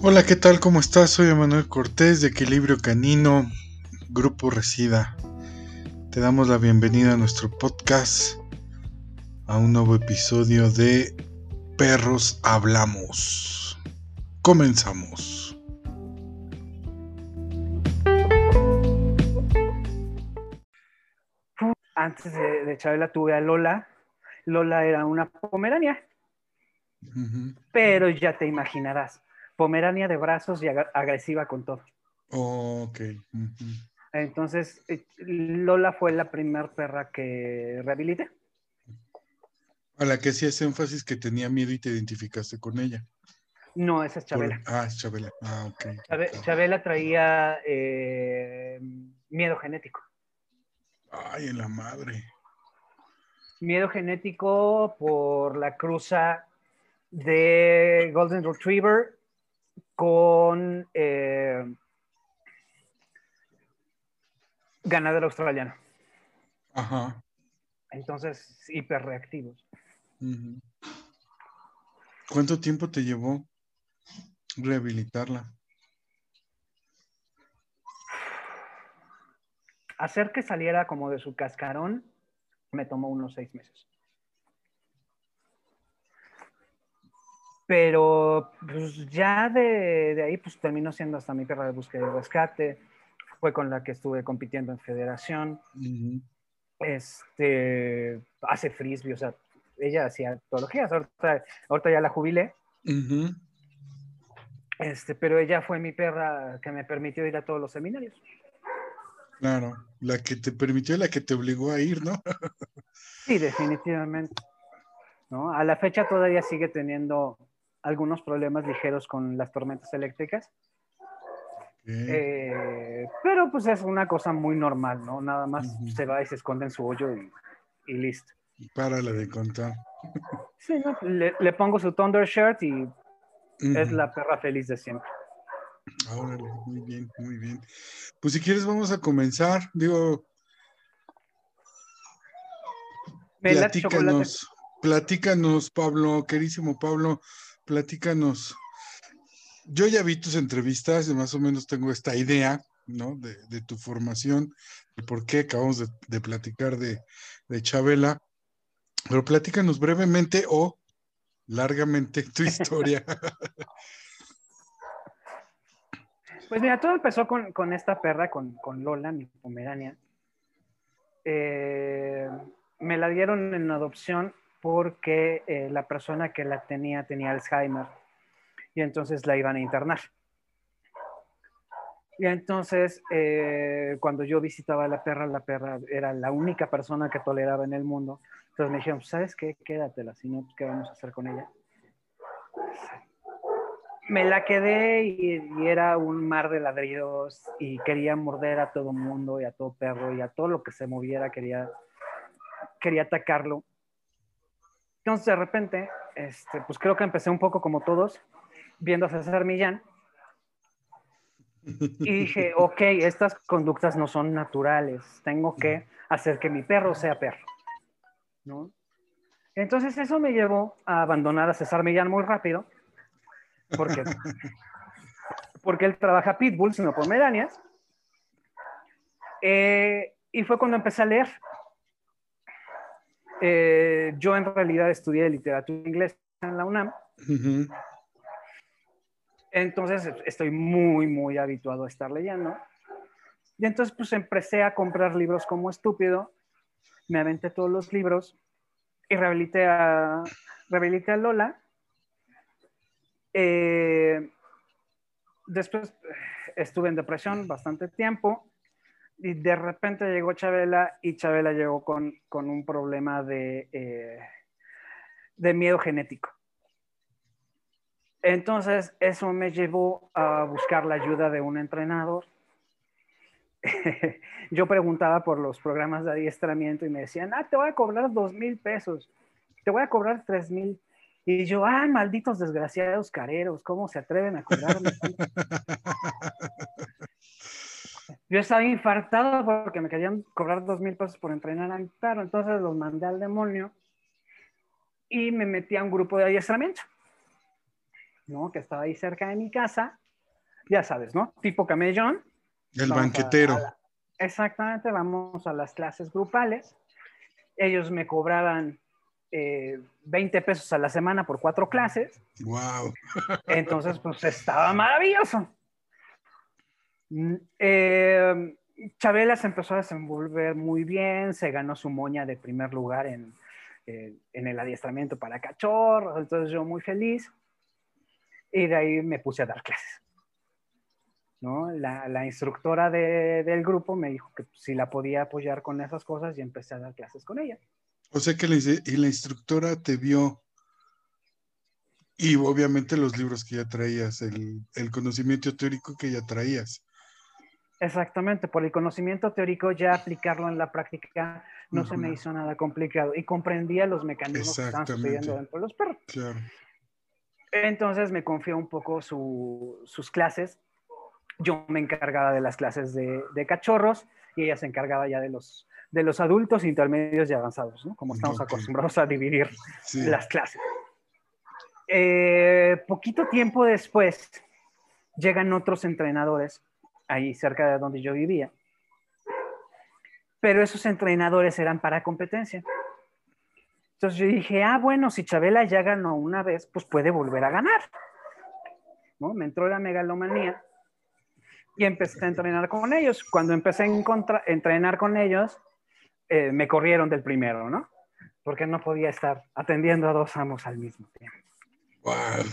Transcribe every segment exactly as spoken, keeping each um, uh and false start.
Hola, ¿qué tal? ¿Cómo estás? Soy Emanuel Cortés de Equilibrio Canino, Grupo Resida. Te damos la bienvenida a nuestro podcast, a un nuevo episodio de Perros Hablamos. Comenzamos. Antes de, de Chabela tuve a Lola. Lola era una pomerania, uh-huh. Pero ya te imaginarás, pomerania de brazos y ag- agresiva con todo. Oh, ok. Uh-huh. Entonces, Lola fue la primer perra que rehabilité. A la que hacías énfasis que tenía miedo y te identificaste con ella. No, esa es Chabela. Por... Ah, es Chabela. Ah, ok. Chabe- okay. Chabela traía eh, miedo genético. Ay, en la madre. Miedo genético por la cruza de Golden Retriever con eh, ganadero australiano. Ajá. Entonces, hiperreactivos. Uh-huh. ¿Cuánto tiempo te llevó rehabilitarla? Hacer que saliera como de su cascarón me tomó unos seis meses. Pero pues, ya de, de ahí pues terminó siendo hasta mi perra de búsqueda y rescate. Fue con la que estuve compitiendo en federación. Uh-huh. Este, hace frisbee, o sea, ella hacía teologías. Ahorita, ahorita ya la jubilé. Uh-huh. Este, pero ella fue mi perra que me permitió ir a todos los seminarios. Claro, la que te permitió, la que te obligó a ir, ¿no? Sí, definitivamente. ¿No? A la fecha todavía sigue teniendo algunos problemas ligeros con las tormentas eléctricas. Okay. Eh, pero pues es una cosa muy normal, ¿no? Nada más uh-huh. se va y se esconde en su hoyo y, y listo. Párala de contar. Sí, ¿no? Le, le pongo su Thunder Shirt y uh-huh. es la perra feliz de siempre. Órale, muy bien, muy bien. Pues si quieres vamos a comenzar. Digo, Me late chocolate. Platícanos, Pablo, querísimo Pablo, platícanos. Yo ya vi tus entrevistas, más o menos tengo esta idea, ¿no? De, de tu formación, de por qué acabamos de, de platicar de, de Chabela. Pero platícanos brevemente o largamente tu historia. Pues mira, todo empezó con, con esta perra, con, con Lola, mi pomerania. Eh, me la dieron en adopción porque eh, la persona que la tenía tenía Alzheimer y entonces la iban a internar. Y entonces, eh, cuando yo visitaba a la perra, la perra era la única persona que toleraba en el mundo. Entonces me dijeron, ¿sabes qué? Quédatela, si no, ¿qué vamos a hacer con ella? Me la quedé y, y era un mar de ladridos y quería morder a todo mundo y a todo perro y a todo lo que se moviera, quería, quería atacarlo. Entonces, de repente, este, pues creo que empecé un poco como todos, viendo a César Millán. Y dije, ok, estas conductas no son naturales, tengo que hacer que mi perro sea perro, ¿no? Entonces eso me llevó a abandonar a César Millán muy rápido, porque, porque él trabaja pitbulls, no pomeranias, eh, y fue cuando empecé a leer. Eh, yo en realidad estudié literatura inglesa en la UNAM, uh-huh. Entonces estoy muy, muy habituado a estar leyendo. Y entonces pues empecé a comprar libros como estúpido, me aventé todos los libros y rehabilité a, rehabilité a Lola. Eh, después estuve en depresión bastante tiempo y de repente llegó Chabela y Chabela llegó con, con un problema de, eh, de miedo genético. Entonces eso me llevó a buscar la ayuda de un entrenador. Yo preguntaba por los programas de adiestramiento y me decían, ah, te voy a cobrar dos mil pesos, te voy a cobrar tres mil. Y yo, ah, malditos desgraciados careros, ¿cómo se atreven a cobrarme? Yo estaba infartado porque me querían cobrar dos mil pesos por entrenar a mi perro, entonces los mandé al demonio y me metí a un grupo de adiestramiento. ¿no? Que estaba ahí cerca de mi casa, ya sabes, ¿no? Tipo camellón. El Vamos banquetero. A, a la, exactamente, vamos a las clases grupales. Ellos me cobraban eh, veinte pesos a la semana por cuatro clases. Wow. Entonces, pues estaba maravilloso. Eh, Chabela se empezó a desenvolver muy bien, se ganó su moña de primer lugar en, eh, en el adiestramiento para cachorros, entonces yo muy feliz. Y de ahí me puse a dar clases. ¿No? La, la instructora de, del grupo me dijo que si la podía apoyar con esas cosas y empecé a dar clases con ella. O sea que la, y la instructora te vio y obviamente los libros que ya traías, el, el conocimiento teórico que ya traías. Exactamente, por el conocimiento teórico ya aplicarlo en la práctica no Uh-huh. se me hizo nada complicado y comprendía los mecanismos que estaban sucediendo dentro de los perros. Claro. Entonces me confió un poco su, sus clases. Yo me encargaba de las clases de, de cachorros y ella se encargaba ya de los, de los adultos, intermedios y avanzados, ¿no? Como estamos okay. acostumbrados a dividir sí. las clases. Eh, poquito tiempo después llegan otros entrenadores ahí cerca de donde yo vivía, pero esos entrenadores eran para competencia. Entonces yo dije, ah, bueno, si Chabela ya ganó una vez, pues puede volver a ganar, ¿no? Me entró la megalomanía y empecé a entrenar con ellos. Cuando empecé a encontrar, entrenar con ellos, eh, me corrieron del primero, ¿no? Porque no podía estar atendiendo a dos amos al mismo tiempo. Wow.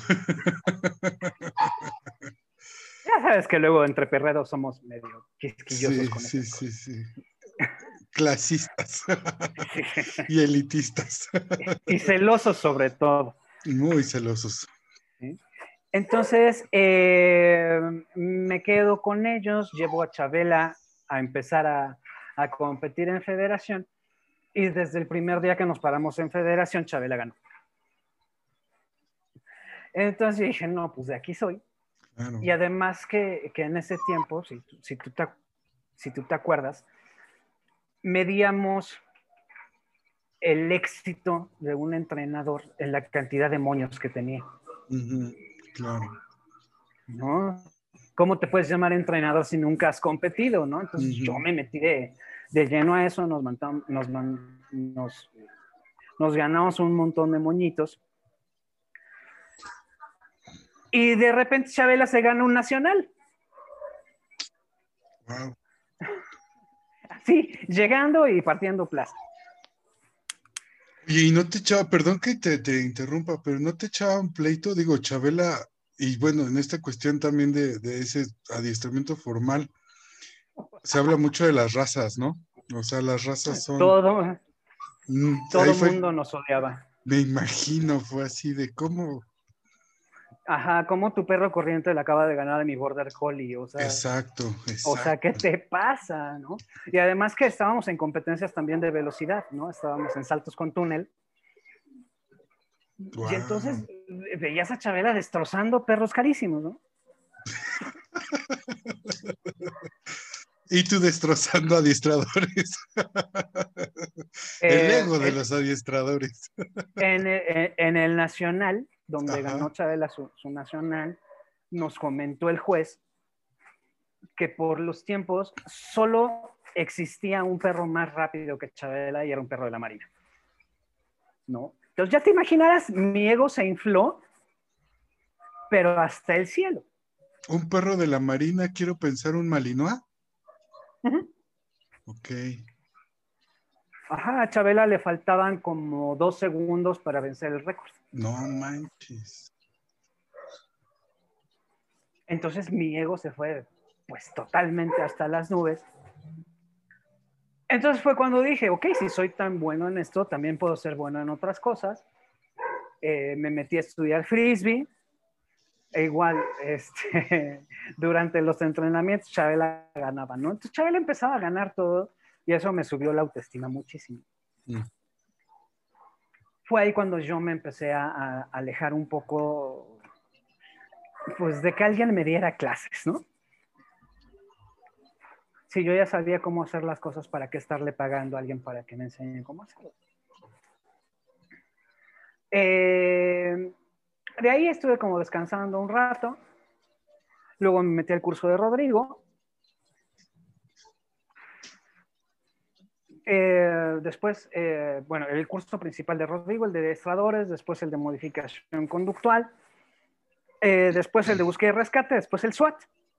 Ya sabes que luego entre perreros somos medio quisquillosos sí, con sí, eso. Sí, sí, sí. Clasistas. Sí. Y elitistas. Y celosos sobre todo. Muy celosos. ¿Sí? Entonces, eh, me quedo con ellos, llevo a Chabela a empezar a, a competir en federación y desde el primer día que nos paramos en federación, Chabela ganó. Entonces dije, no, pues de aquí soy. Claro. Y además que, que en ese tiempo, si, si, tú te, si tú te acuerdas, medíamos el éxito de un entrenador en la cantidad de moños que tenía. Uh-huh. Claro. ¿No? ¿Cómo te puedes llamar entrenador si nunca has competido, no? Entonces uh-huh. yo me metí de, de lleno a eso, nos, mantamos, nos, nos, nos ganamos un montón de moñitos. Y de repente Chabela se gana un nacional. Wow. Así, llegando y partiendo plaza. Y no te echaba, perdón que te, te interrumpa, pero no te echaba un pleito, digo, Chabela, y bueno, en esta cuestión también de, de ese adiestramiento formal, se habla mucho de las razas, ¿no? O sea, las razas son... Todo, mm, todo el mundo nos odiaba. Me imagino, fue así de cómo... Ajá, como tu perro corriente le acaba de ganar a mi Border Collie, o sea... Exacto, exacto. O sea, ¿qué te pasa, no? Y además que estábamos en competencias también de velocidad, ¿no? Estábamos en saltos con túnel. Wow. Y entonces veías a Chabela destrozando perros carísimos, ¿no? Y tú destrozando adiestradores. El ego eh, de el, los adiestradores. En el, en el nacional, donde Ajá. ganó Chabela su, su nacional, nos comentó el juez que por los tiempos solo existía un perro más rápido que Chabela y era un perro de la Marina. ¿No? Entonces ya te imaginarás, mi ego se infló, pero hasta el cielo. Un perro de la Marina, quiero pensar un Malinois. Uh-huh. Ok. Ajá, a Chabela le faltaban como dos segundos para vencer el récord. No manches. Entonces mi ego se fue pues totalmente hasta las nubes. Entonces fue cuando dije, ok, si soy tan bueno en esto, también puedo ser bueno en otras cosas. Eh, me metí a estudiar frisbee. E igual, este, durante los entrenamientos, Chabela ganaba, ¿no? Entonces Chabela empezaba a ganar todo y eso me subió la autoestima muchísimo. Mm. Fue ahí cuando yo me empecé a, a alejar un poco, pues, de que alguien me diera clases, ¿no? Si yo ya sabía cómo hacer las cosas, ¿para qué estarle pagando a alguien para que me enseñe cómo hacerlo? Eh, De ahí estuve como descansando un rato. Luego me metí al curso de Rodrigo. Eh, después, eh, bueno, el curso principal de Rodrigo, el de adiestradores, después el de modificación conductual, eh, después el de búsqueda y rescate, después el SWAT.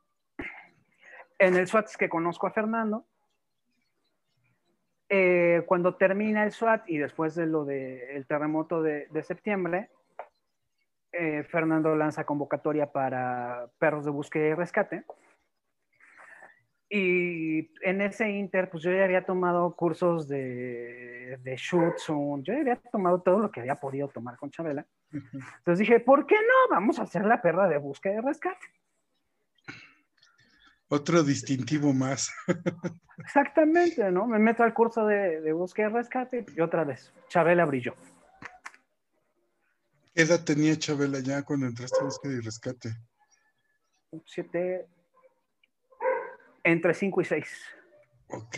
En el SWAT es que conozco a Fernando. Eh, cuando termina el SWAT y después de lo del terremoto de, de septiembre, eh, Fernando lanza convocatoria para perros de búsqueda y rescate. Y en ese inter, pues yo ya había tomado cursos de, de Schutzhund, yo ya había tomado todo lo que había podido tomar con Chabela. Entonces dije, ¿por qué no? Vamos a hacer la perra de búsqueda y rescate. Otro distintivo más. Exactamente, ¿no? Me meto al curso de, de búsqueda y rescate y otra vez, Chabela brilló. ¿Qué edad tenía Chabela ya cuando entraste a búsqueda y rescate? Siete, entre cinco y seis. Ok.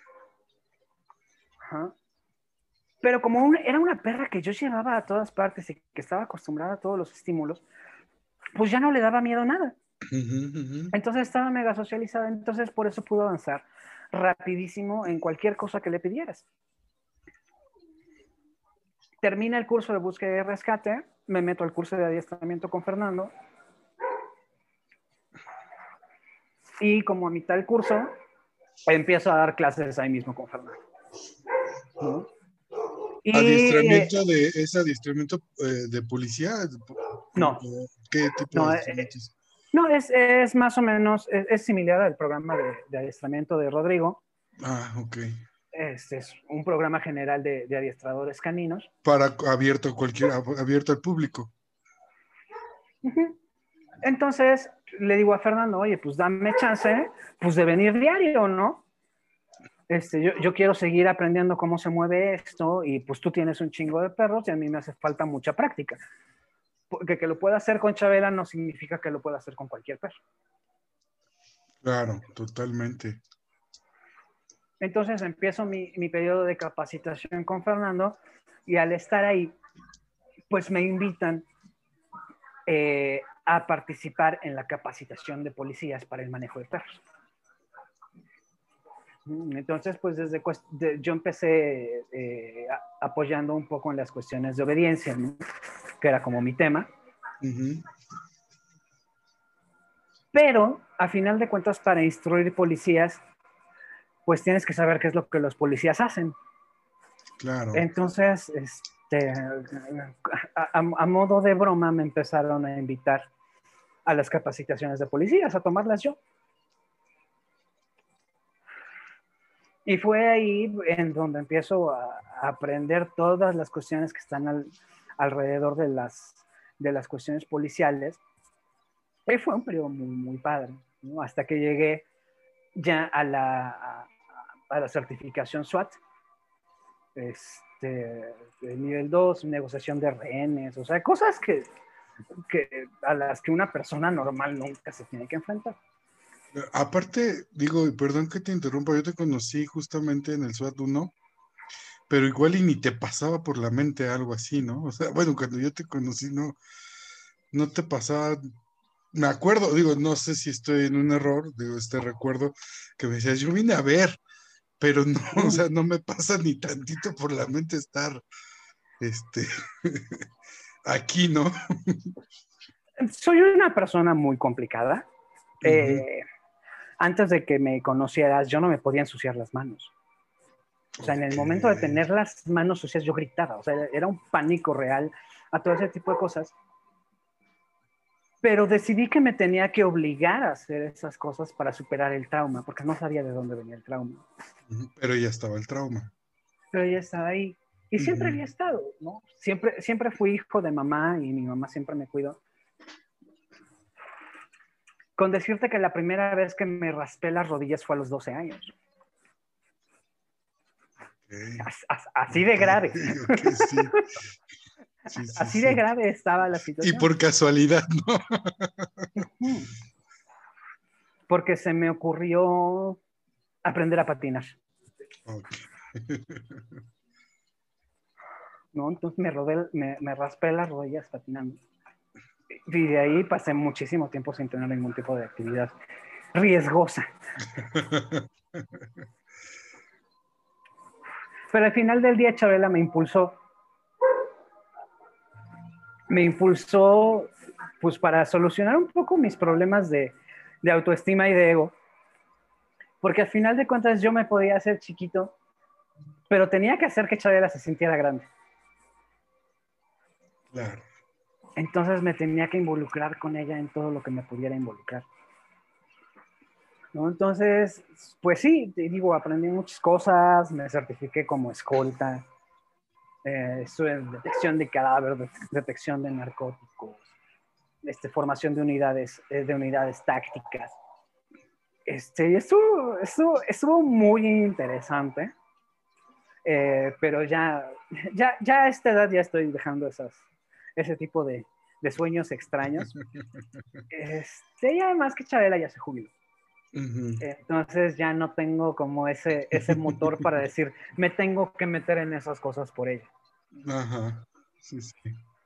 Ajá. Pero como un, era una perra que yo llevaba a todas partes y que estaba acostumbrada a todos los estímulos, pues ya no le daba miedo a nada. Uh-huh, uh-huh. Entonces estaba mega socializada, entonces por eso pudo avanzar rapidísimo en cualquier cosa que le pidieras. Termina el curso de búsqueda y rescate, me meto al curso de adiestramiento con Fernando y como a mitad del curso empiezo a dar clases ahí mismo con Fernando. ¿No? Y, ¿Adiestramiento de, es adiestramiento eh, de policía? No. ¿Qué tipo no, de eh, adiestramiento es? No, es, es más o menos, es, es similar al programa de, de adiestramiento de Rodrigo. Ah, ok. Este es un programa general de, de adiestradores caninos. Para abierto cualquier, abierto al público. Uh-huh. Entonces le digo a Fernando, oye, pues dame chance, pues de venir diario, ¿no? Este, yo, yo quiero seguir aprendiendo cómo se mueve esto y pues tú tienes un chingo de perros y a mí me hace falta mucha práctica. Porque que lo pueda hacer con Chabela no significa que lo pueda hacer con cualquier perro. Claro, totalmente. Entonces empiezo mi, mi periodo de capacitación con Fernando y al estar ahí, pues me invitan eh, a participar en la capacitación de policías para el manejo de perros. Entonces, pues desde de, yo empecé eh, a, apoyando un poco en las cuestiones de obediencia, ¿no? Que era como mi tema. Uh-huh. Pero, a final de cuentas, para instruir policías, pues tienes que saber qué es lo que los policías hacen. Claro. Entonces, este, a, a, a modo de broma, me empezaron a invitar a las capacitaciones de policías, a tomarlas yo. Y fue ahí en donde empiezo a, a aprender todas las cuestiones que están al, alrededor de las, de las cuestiones policiales. Y fue un periodo muy, muy padre, ¿no? Hasta que llegué ya a la, a, a la certificación SWAT, este, el nivel dos, negociación de rehenes, o sea, cosas que, que a las que una persona normal nunca se tiene que enfrentar. Aparte, digo, perdón que te interrumpa, yo te conocí justamente en el SWAT uno, pero igual y ni te pasaba por la mente algo así, ¿no? O sea, bueno, cuando yo te conocí, no, no te pasaba, me acuerdo, digo, no sé si estoy en un error, digo, este recuerdo que me decías, yo vine a ver, pero no, o sea, no me pasa ni tantito por la mente estar, este, aquí, ¿no? Soy una persona muy complicada. Uh-huh. Eh, antes de que me conocieras, yo no me podía ensuciar las manos. O sea, okay. En el momento de tener las manos sucias, yo gritaba. O sea, era un pánico real a todo ese tipo de cosas. Pero decidí que me tenía que obligar a hacer esas cosas para superar el trauma, porque no sabía de dónde venía el trauma. Uh-huh. Pero ya estaba el trauma. Pero ya estaba ahí. Y siempre uh-huh. había estado, ¿no? Siempre, siempre fui hijo de mamá y mi mamá siempre me cuidó. Con decirte que la primera vez que me raspé las rodillas fue a los doce años. Okay. As, as, así de grave. Okay, okay, sí. Sí, sí, así sí. de grave estaba la situación. Y por casualidad, ¿no? Porque se me ocurrió aprender a patinar. Okay. ¿No? Entonces me, rodé, me, me raspé las rodillas patinando. Y de ahí pasé muchísimo tiempo sin tener ningún tipo de actividad riesgosa. Pero al final del día Chabela me impulsó, me impulsó pues para solucionar un poco mis problemas de, de autoestima y de ego. Porque al final de cuentas yo me podía hacer chiquito, pero tenía que hacer que Chabela se sintiera grande. Claro. Entonces me tenía que involucrar con ella en todo lo que me pudiera involucrar, ¿no? Entonces, pues sí, te digo, aprendí muchas cosas, me certifiqué como escolta, eh, estuve en detección de cadáveres, detección de narcóticos, este, formación de unidades, eh, de unidades tácticas. Este, estuvo, estuvo, estuvo muy interesante, eh, pero ya, ya, ya a esta edad ya estoy dejando esas, ese tipo de, de sueños extraños. Este, y además que Chabela ya se jubiló. Uh-huh. Entonces ya no tengo como ese, ese motor para decir, me tengo que meter en esas cosas por ella. Ajá, sí, sí.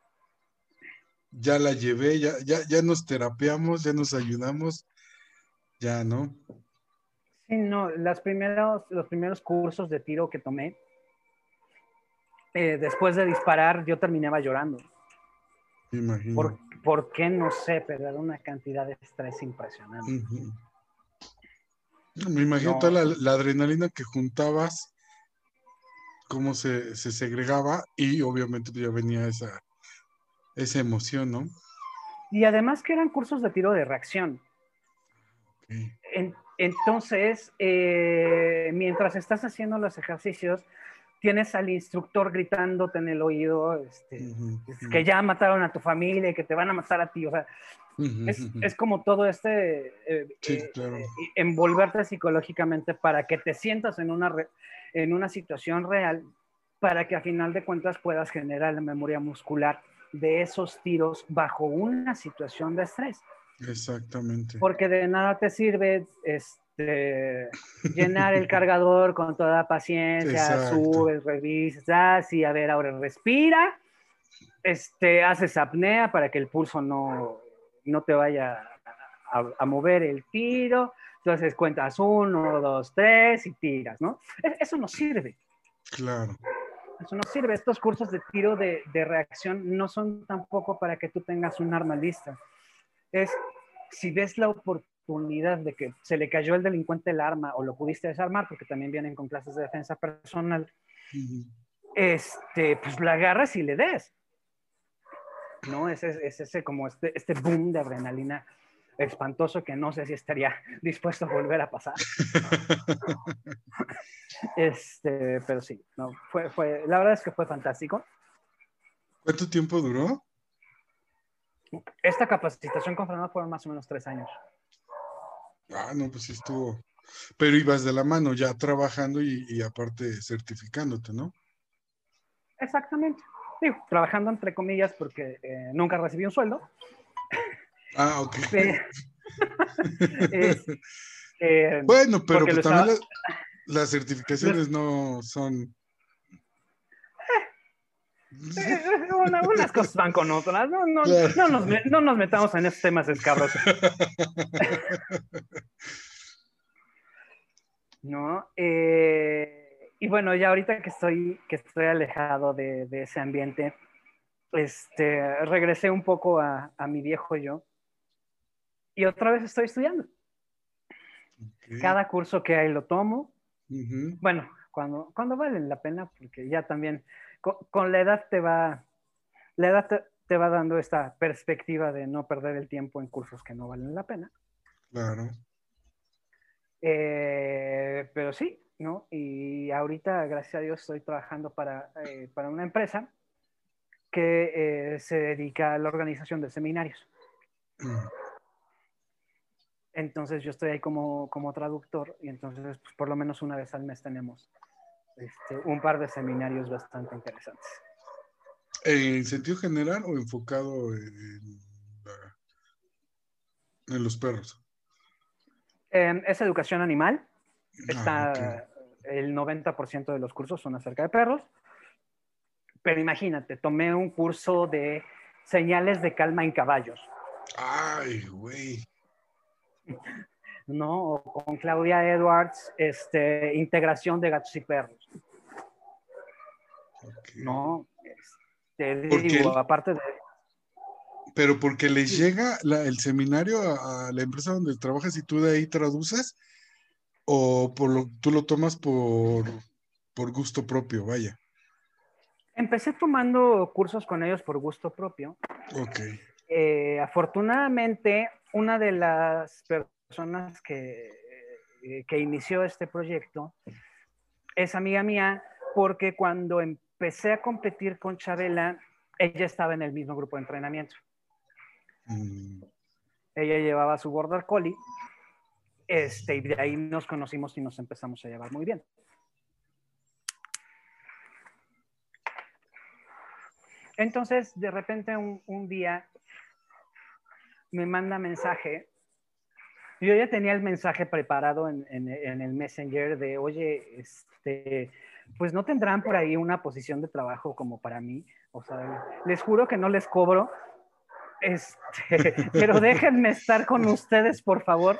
Ya la llevé, ya, ya, ya nos terapeamos, ya nos ayudamos, ya, ¿no? Sí, no, las primeros, los primeros cursos de tiro que tomé, eh, después de disparar, yo terminaba llorando. Me imagino. ¿Por, ¿Por qué? No sé, pero era una cantidad de estrés impresionante. Uh-huh. Me imagino no. toda la, la adrenalina que juntabas, cómo se, se segregaba y obviamente ya venía esa, esa emoción, ¿no? Y además que eran cursos de tiro de reacción. Okay. En, entonces, eh, mientras estás haciendo los ejercicios, tienes al instructor gritándote en el oído este, uh-huh, uh-huh. que ya mataron a tu familia y que te van a matar a ti. O sea, uh-huh, es, uh-huh. es como todo este eh, sí, eh, claro. eh, envolverte psicológicamente para que te sientas en una, re, en una situación real, para que a final de cuentas puedas generar la memoria muscular de esos tiros bajo una situación de estrés. Exactamente. Porque de nada te sirve este, llenar el cargador con toda paciencia, Exacto. subes, revisas, así, a ver, ahora respira, este, haces apnea para que el pulso no, no te vaya a, a mover el tiro, entonces cuentas uno, dos, tres y tiras, ¿no? Eso no sirve. Claro. Eso no sirve. Estos cursos de tiro de, de reacción no son tampoco para que tú tengas un arma lista. Es si ves la oportunidad de que se le cayó el delincuente el arma o lo pudiste desarmar, porque también vienen con clases de defensa personal, uh-huh. este, pues la agarras y le des. ¿No? Es, es, es ese como este, este boom de adrenalina espantoso que no sé si estaría dispuesto a volver a pasar. este, pero sí, no, fue, fue, la verdad es que fue fantástico. ¿Cuánto tiempo duró? Esta capacitación con Fernando fueron más o menos tres años. Ah, no, pues sí estuvo. Pero ibas de la mano ya trabajando y, y aparte certificándote, ¿no? Exactamente. Digo, trabajando entre comillas porque eh, nunca recibí un sueldo. Ah, ok. es, eh, bueno, pero pues también estaba... la, las certificaciones no son... Eh, una, unas cosas van con otras. No, no, claro. no, nos, no nos metamos en esos temas escabrosos. ¿No? Eh, y bueno, ya ahorita que estoy, que estoy alejado de, de ese ambiente, este, regresé un poco a, a mi viejo yo y otra vez estoy estudiando. Okay. Cada curso que hay lo tomo. Uh-huh. Bueno, cuando, cuando valen la pena, porque ya también con, con la edad te va, la edad te, te va dando esta perspectiva de no perder el tiempo en cursos que no valen la pena. Claro. Eh, pero sí, ¿no? Y ahorita, gracias a Dios, estoy trabajando para, eh, para una empresa que eh, se dedica a la organización de seminarios. Mm. Entonces yo estoy ahí como, como traductor y entonces pues, por lo menos una vez al mes tenemos este, un par de seminarios bastante interesantes. ¿En sentido general o enfocado en, en los perros? Eh, es educación animal. Está, ah, okay. El noventa por ciento de los cursos son acerca de perros. Pero imagínate, tomé un curso de Señales de calma en caballos. Ay, güey. ¿No? O con Claudia Edwards, este, integración de gatos y perros. Okay. No, este, Porque, digo, aparte de... pero porque les llega la- el seminario a, a la empresa donde trabajas y tú de ahí traduces, o por lo, tú lo tomas por, por gusto propio, vaya. Empecé tomando cursos con ellos por gusto propio. Ok. Eh, afortunadamente, una de las personas que, eh, que inició este proyecto es amiga mía, porque cuando empecé a competir con Chabela, ella estaba en el mismo grupo de entrenamiento. Mm. Ella llevaba su Border Collie, este, y de ahí nos conocimos y nos empezamos a llevar muy bien. Entonces, de repente, un, un día me manda mensaje. Yo ya tenía el mensaje preparado en, en, en el Messenger de, oye, este, pues no tendrán por ahí una posición de trabajo como para mí. O sea, les juro que no les cobro, este, pero déjenme estar con ustedes, por favor.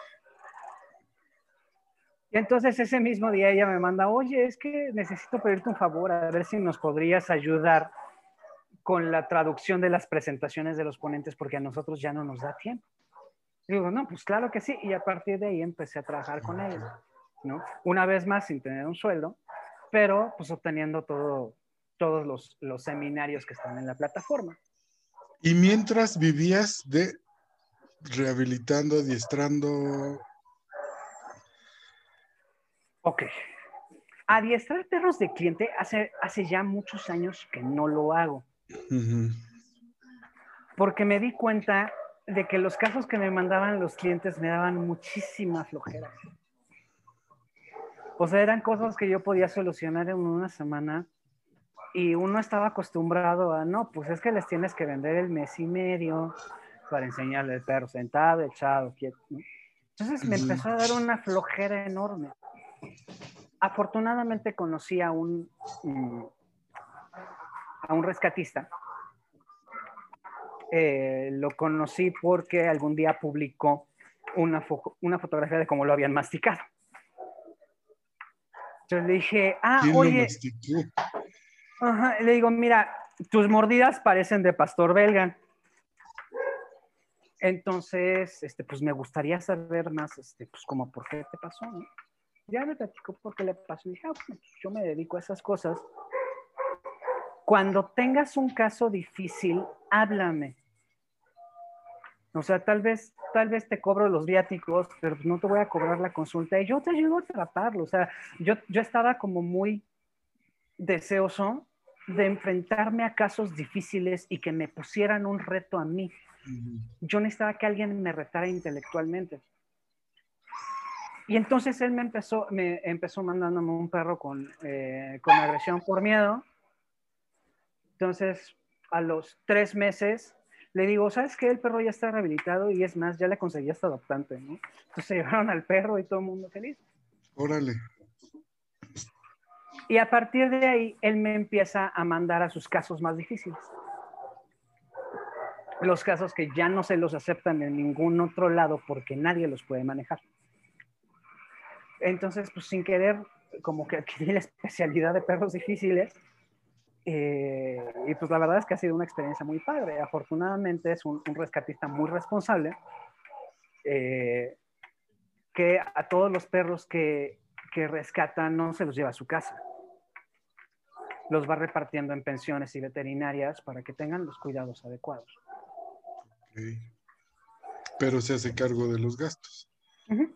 Y entonces ese mismo día ella me manda, oye, es que necesito pedirte un favor, a ver si nos podrías ayudar con la traducción de las presentaciones de los ponentes, porque a nosotros ya no nos da tiempo. Y digo, no, pues claro que sí. Y a partir de ahí empecé a trabajar con ellos, ¿no? Una vez más sin tener un sueldo, pero pues obteniendo todo, todos los, los seminarios que están en la plataforma. Y mientras vivías de rehabilitando, adiestrando. Ok. Adiestrar perros de cliente hace, hace ya muchos años que no lo hago. Uh-huh. Porque me di cuenta de que los casos que me mandaban los clientes me daban muchísima flojera. O sea, eran cosas que yo podía solucionar en una semana y uno estaba acostumbrado a, no, pues es que les tienes que vender el mes y medio para enseñarle el perro sentado, echado, quieto, ¿no? Entonces me empezó a dar una flojera enorme. Afortunadamente conocí a un, a un rescatista. Eh, lo conocí porque algún día publicó una, fo una fotografía de cómo lo habían masticado. Entonces le dije, ah, ¿Quién lo oye, masticó? ajá, le digo, mira, tus mordidas parecen de pastor belga. Entonces, este, pues me gustaría saber más, este, pues como por qué te pasó, ¿no? Ya me platicó por qué le pasó. Y dije, ah, bueno, yo me dedico a esas cosas. Cuando tengas un caso difícil, háblame. O sea, tal vez, tal vez te cobro los viáticos, pero no te voy a cobrar la consulta y yo te ayudo a tratarlo. O sea, yo, yo estaba como muy deseoso de enfrentarme a casos difíciles y que me pusieran un reto a mí. Yo necesitaba que alguien me retara intelectualmente. Y entonces él me empezó, me empezó mandándome un perro con, eh, con agresión por miedo. Entonces, a los tres meses, le digo, ¿sabes qué? El perro ya está rehabilitado y es más, ya le conseguí hasta adoptante, ¿no? Entonces se llevaron al perro y todo el mundo feliz. Órale. Y a partir de ahí, él me empieza a mandar a sus casos más difíciles. Los casos que ya no se los aceptan en ningún otro lado porque nadie los puede manejar. Entonces, pues sin querer, como que adquirí la especialidad de perros difíciles. Eh, y pues la verdad es que ha sido una experiencia muy padre. Afortunadamente es un, un rescatista muy responsable, eh, que a todos los perros que, que rescata no se los lleva a su casa. Los va repartiendo en pensiones y veterinarias para que tengan los cuidados adecuados. Okay. Pero se hace cargo de los gastos. Uh-huh.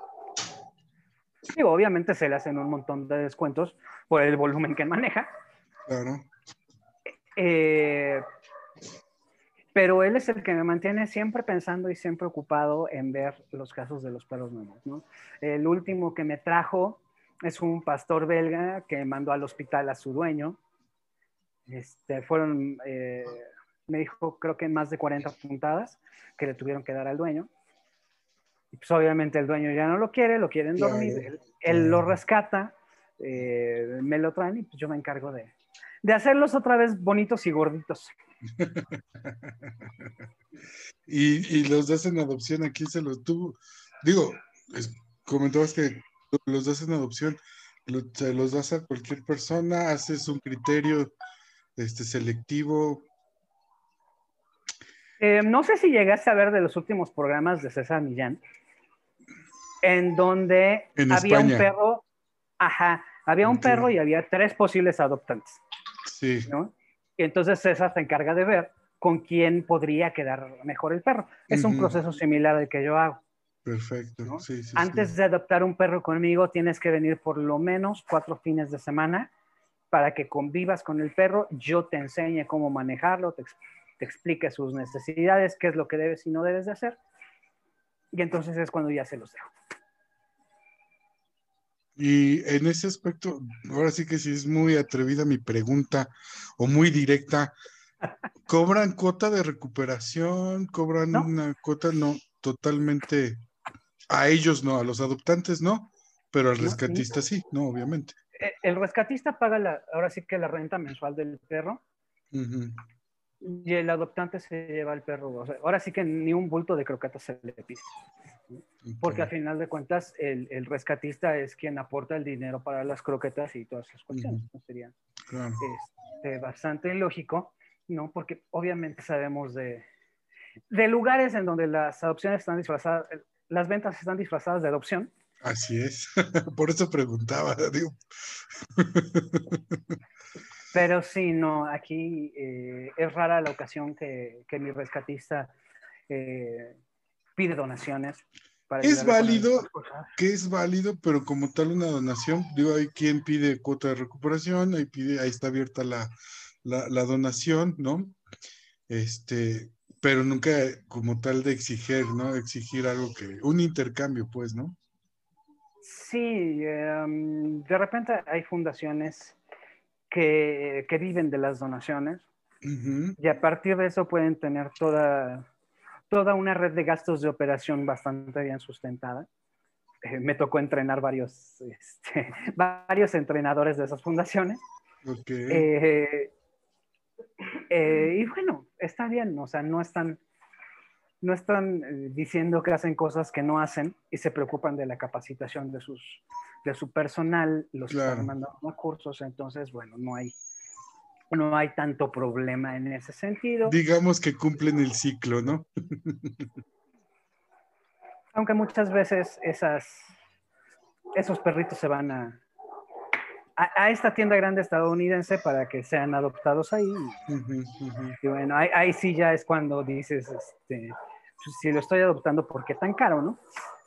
Digo, obviamente se le hacen un montón de descuentos por el volumen que maneja. Claro. Eh, pero él es el que me mantiene siempre pensando y siempre ocupado en ver los casos de los perros nuevos, ¿no? El último que me trajo es un pastor belga que mandó al hospital a su dueño. Este, fueron, eh, me dijo, creo que más de cuarenta puntadas que le tuvieron que dar al dueño. Y pues obviamente el dueño ya no lo quiere, lo quieren Claro, dormir, él, claro. él lo rescata, eh, me lo traen y pues yo me encargo de, de hacerlos otra vez bonitos y gorditos. y, y los das en adopción, ¿a quién se los tuvo? Digo, es, comentabas que los das en adopción, lo, se los das a cualquier persona, haces un criterio este, selectivo. Eh, no sé si llegaste a ver de los últimos programas de César Millán, en donde En había un España. perro, ajá, había un Okay. perro y había tres posibles adoptantes, Sí. ¿no? Y entonces César se encarga de ver con quién podría quedar mejor el perro. Es un Uh-huh. proceso similar al que yo hago. Perfecto, ¿No? sí, sí, Antes sí. de adoptar un perro conmigo, tienes que venir por lo menos cuatro fines de semana para que convivas con el perro, yo te enseñe cómo manejarlo, te, te explique sus necesidades, qué es lo que debes y no debes de hacer. Y entonces es cuando ya se los dejo. Y en ese aspecto, ahora sí que sí es muy atrevida mi pregunta o muy directa. ¿Cobran cuota de recuperación? ¿Cobran ¿No? una cuota? No, totalmente. A ellos no, a los adoptantes no, pero al ¿No? rescatista sí, no, obviamente. El rescatista paga la, ahora sí que la renta mensual del perro. Uh-huh. Y el adoptante se lleva al perro. O sea, ahora sí que ni un bulto de croquetas se le pide. Porque Okay. al final de cuentas el, el rescatista es quien aporta el dinero para las croquetas y todas esas cuestiones. Uh-huh. ¿No? Sería Claro. este, bastante lógico, ¿no? Porque obviamente sabemos de, de lugares en donde las adopciones están disfrazadas, las ventas están disfrazadas de adopción. Así es. Por eso preguntaba, digo. Pero sí, no, aquí eh, es rara la ocasión que, que mi rescatista eh, pide donaciones para Es ayudarle con válido, algunas cosas. que es válido, pero como tal una donación, digo, hay quien pide cuota de recuperación, ahí pide, ahí está abierta la, la, la donación, ¿no? Este, pero nunca como tal de exigir, ¿no? Exigir algo que, un intercambio, pues, ¿no? Sí, um, de repente hay fundaciones que, que viven de las donaciones Uh-huh. y a partir de eso pueden tener toda, toda una red de gastos de operación bastante bien sustentada. Eh, me tocó entrenar varios, este, varios entrenadores de esas fundaciones. Ok. Eh, eh, y bueno, está bien, o sea, no están, no están eh, diciendo que hacen cosas que no hacen y se preocupan de la capacitación de, sus, de su personal, los están Claro. mandando a cursos, entonces, bueno, no hay, no hay tanto problema en ese sentido. Digamos que cumplen el ciclo, ¿no? Aunque muchas veces esas, esos perritos se van a, a, a esta tienda grande estadounidense para que sean adoptados ahí. Uh-huh, uh-huh. Y bueno, ahí, ahí sí ya es cuando dices, este, pues, si lo estoy adoptando, ¿por qué tan caro, no?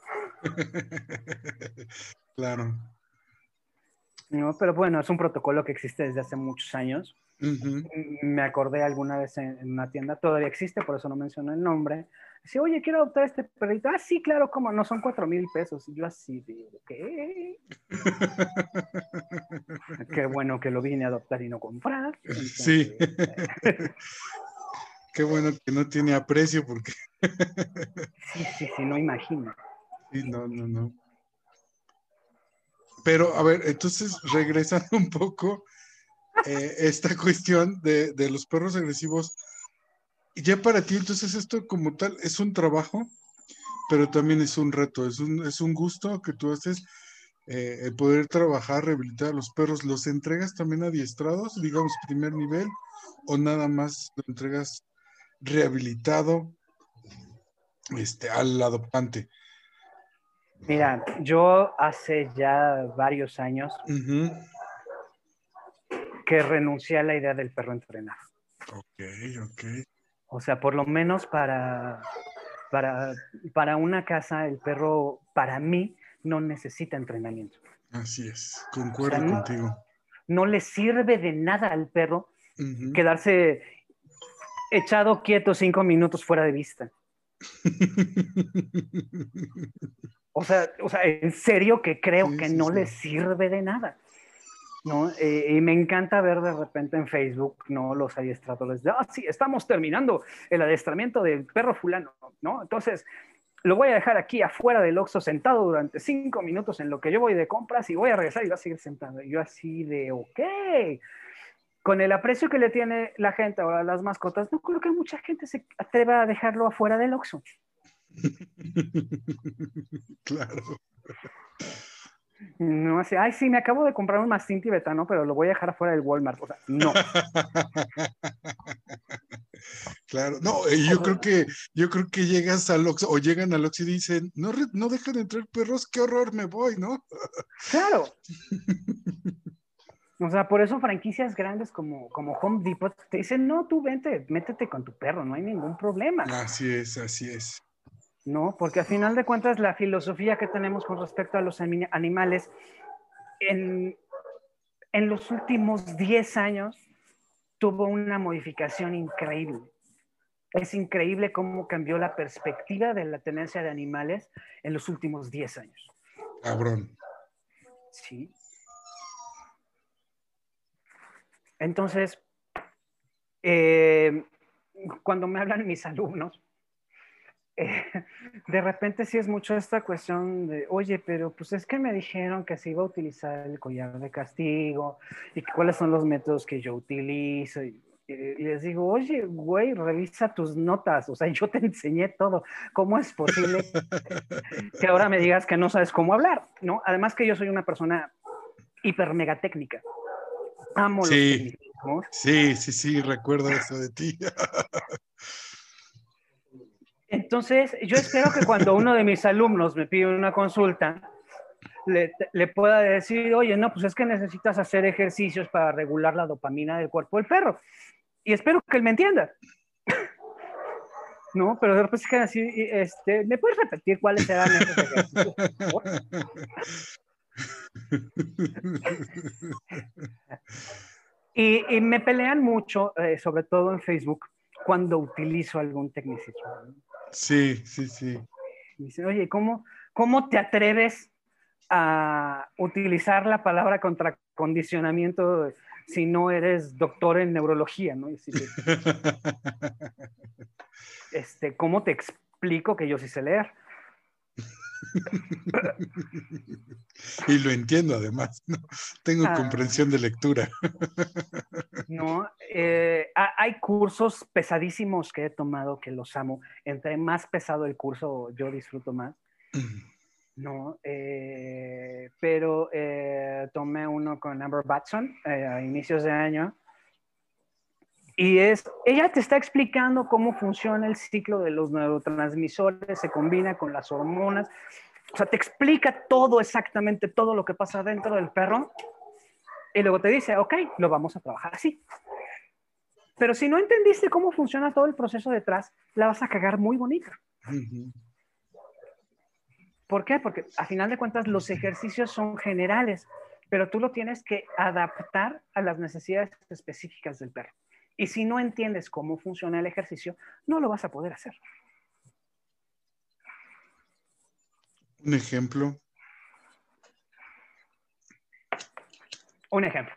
Claro. No, pero bueno, es un protocolo que existe desde hace muchos años. Uh-huh. Me acordé alguna vez en, en una tienda, todavía existe, por eso no menciono el nombre. Dice, oye, quiero adoptar este perrito. Ah, sí, claro, ¿cómo? No, son cuatro mil pesos. Y yo así digo, ¿qué? Qué bueno que lo vine a adoptar y no comprar. Sí. Entonces, Qué bueno que no tiene aprecio porque sí, sí, sí, no imagino. sí, no, no, no. Pero a ver, entonces regresando un poco eh, esta cuestión de, de los perros agresivos, ya para ti entonces esto como tal es un trabajo, pero también es un reto, es un, es un gusto que tú haces eh, el poder trabajar, rehabilitar a los perros. ¿Los entregas también adiestrados, digamos, primer nivel, o nada más lo entregas rehabilitado este, al adoptante? Mira, yo hace ya varios años Uh-huh. que renuncié a la idea del perro entrenado. Ok, ok. O sea, por lo menos para, para, para una casa, el perro, para mí, no necesita entrenamiento. Así es, O sea, concuerdo no, contigo. no le sirve de nada al perro Uh-huh. quedarse echado quieto cinco minutos fuera de vista. O sea, o sea, en serio que creo Sí, que sí, no sí. le sirve de nada. ¿No? Eh, y me encanta ver de repente en Facebook, ¿no? Los adiestradores de, ah, sí, estamos terminando el adiestramiento del perro fulano, ¿no? Entonces, lo voy a dejar aquí afuera del Oxxo sentado durante cinco minutos en lo que yo voy de compras y voy a regresar y va a seguir sentado. Y yo así de, ok, con el aprecio que le tiene la gente ahora a las mascotas, no creo que mucha gente se atreva a dejarlo afuera del Oxxo. Claro. No, así, ay, sí, me acabo de comprar un mastín tibetano, pero lo voy a dejar afuera del Walmart. O sea, no. Claro, no, yo creo que, yo creo que llegas al Oxxo, o llegan al Oxxo y dicen, no, no dejan entrar perros, qué horror, me voy, ¿no? Claro. O sea, por eso franquicias grandes como, como Home Depot te dicen, no, tú vente, métete con tu perro, no hay ningún problema. Así es, así es. No, porque al final de cuentas la filosofía que tenemos con respecto a los animales en, en los últimos diez años tuvo una modificación increíble. Es increíble cómo cambió la perspectiva de la tenencia de animales en los últimos diez años. Cabrón. Sí. Entonces, eh, cuando me hablan mis alumnos, eh, de repente sí es mucho esta cuestión de, oye, pero pues es que me dijeron que se iba a utilizar el collar de castigo y cuáles son los métodos que yo utilizo. Y, y les digo, oye, güey, revisa tus notas, o sea, yo te enseñé todo. ¿Cómo es posible que ahora me digas que no sabes cómo hablar? ¿No? Además que yo soy una persona hiper mega técnica. Amo los Sí, tecnicismos. sí, sí, sí, recuerdo eso de ti. Entonces, yo espero que cuando uno de mis alumnos me pide una consulta, le, le pueda decir, oye, no, pues es que necesitas hacer ejercicios para regular la dopamina del cuerpo del perro. Y espero que él me entienda. No, pero de repente es que así, este, ¿me puedes repetir cuáles eran esos ejercicios, por favor? Y, y me pelean mucho, eh, sobre todo en Facebook, cuando utilizo algún tecnicismo. Sí, sí, sí. Me dicen, oye, ¿cómo, ¿cómo te atreves a utilizar la palabra contracondicionamiento si no eres doctor en neurología, ¿no? Y decirle, este, ¿cómo te explico que yo sí sé leer? Y lo entiendo además, ¿no? Tengo Ah, comprensión de lectura. no, eh, hay cursos pesadísimos que he tomado que los amo. Entre más pesado el curso, yo disfruto más. No, eh, pero eh, tomé uno con Amber Batson eh, a inicios de año. Y es, ella te está explicando cómo funciona el ciclo de los neurotransmisores, se combina con las hormonas. O sea, te explica todo exactamente, todo lo que pasa dentro del perro. Y luego te dice, ok, lo vamos a trabajar así. Pero si no entendiste cómo funciona todo el proceso detrás, la vas a cagar muy bonita. Uh-huh. ¿Por qué? Porque a final de cuentas los ejercicios son generales, pero tú lo tienes que adaptar a las necesidades específicas del perro. Y si no entiendes cómo funciona el ejercicio, no lo vas a poder hacer. Un ejemplo. Un ejemplo.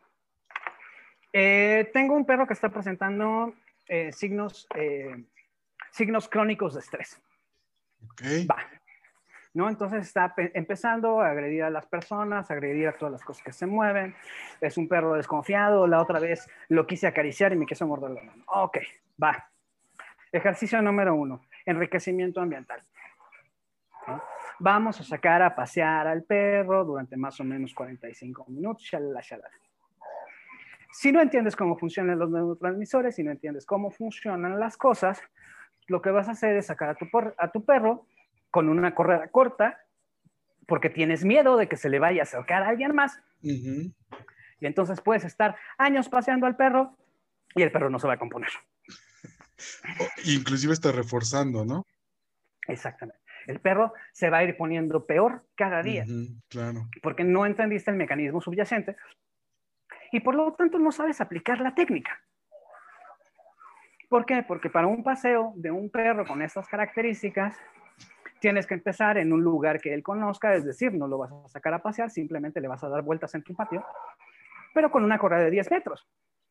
Eh, tengo un perro que está presentando eh, signos, eh, signos crónicos de estrés. Okay. Va. ¿No? Entonces está empezando a agredir a las personas, a agredir a todas las cosas que se mueven. Es un perro desconfiado. La otra vez lo quise acariciar y me quiso morder la mano. Ok, va. Ejercicio número uno, enriquecimiento ambiental. ¿No? Vamos a sacar a pasear al perro durante más o menos cuarenta y cinco minutos. Shalala, shalala. Si no entiendes cómo funcionan los neurotransmisores, si no entiendes cómo funcionan las cosas, lo que vas a hacer es sacar a tu, a tu perro con una correa corta, porque tienes miedo de que se le vaya a acercar a alguien más. Uh-huh. Y entonces puedes estar años paseando al perro y el perro no se va a componer. Oh, inclusive está reforzando, ¿no? Exactamente. El perro se va a ir poniendo peor cada día. Uh-huh, claro. Porque no entendiste el mecanismo subyacente y por lo tanto no sabes aplicar la técnica. ¿Por qué? Porque para un paseo de un perro con estas características, tienes que empezar en un lugar que él conozca, es decir, no lo vas a sacar a pasear, simplemente le vas a dar vueltas en tu patio, pero con una correa de diez metros.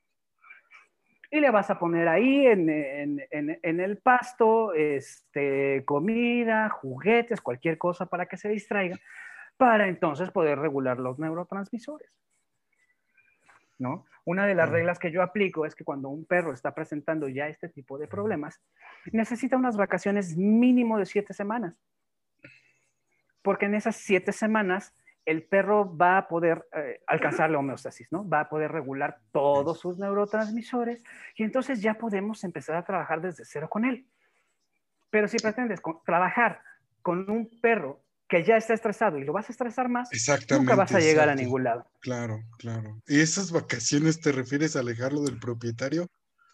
Y le vas a poner ahí en, en, en, en el pasto este, comida, juguetes, cualquier cosa para que se distraiga, para entonces poder regular los neurotransmisores. ¿no? Una de las reglas que yo aplico es que cuando un perro está presentando ya este tipo de problemas, necesita unas vacaciones mínimo de siete semanas. Porque en esas siete semanas el perro va a poder eh, alcanzar la homeostasis, ¿no? Va a poder regular todos sus neurotransmisores y entonces ya podemos empezar a trabajar desde cero con él. Pero si pretendes con, trabajar con un perro que ya está estresado y lo vas a estresar más, nunca vas a llegar exacto. a ningún lado. Claro, claro. ¿Y esas vacaciones te refieres a alejarlo del propietario?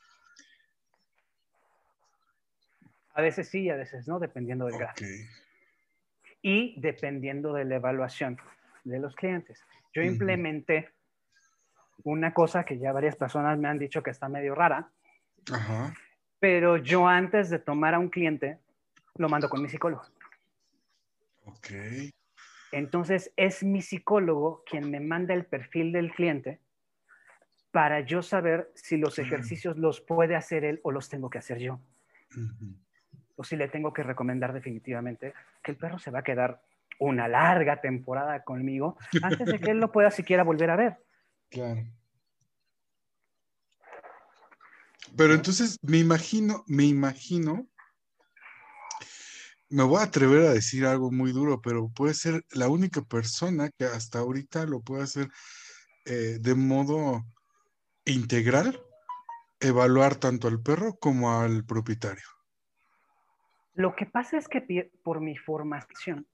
A veces sí, a veces no, dependiendo del grado. Okay. Y dependiendo de la evaluación de los clientes. Yo uh-huh. implementé una cosa que ya varias personas me han dicho que está medio rara, Ajá. pero yo antes de tomar a un cliente, lo mando con mi psicólogo. Ok. Entonces es mi psicólogo quien me manda el perfil del cliente para yo saber si los claro. ejercicios los puede hacer él o los tengo que hacer yo. Uh-huh. O si le tengo que recomendar definitivamente que el perro se va a quedar una larga temporada conmigo antes de que él lo pueda siquiera volver a ver. Claro. Pero entonces me imagino, me imagino, me voy a atrever a decir algo muy duro, pero puede ser la única persona que hasta ahorita lo puede hacer eh, de modo integral, evaluar tanto al perro como al propietario. Lo que pasa es que por mi formación,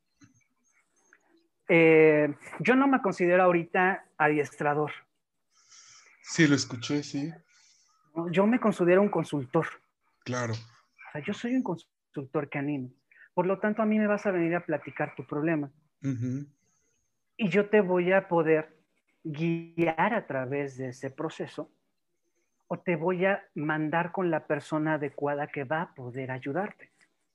eh, yo no me considero ahorita adiestrador. Sí, lo escuché, sí. Yo me considero un consultor. Claro. O sea, yo soy un consultor canino. Por lo tanto, a mí me vas a venir a platicar tu problema. Uh-huh. Y yo te voy a poder guiar a través de ese proceso o te voy a mandar con la persona adecuada que va a poder ayudarte.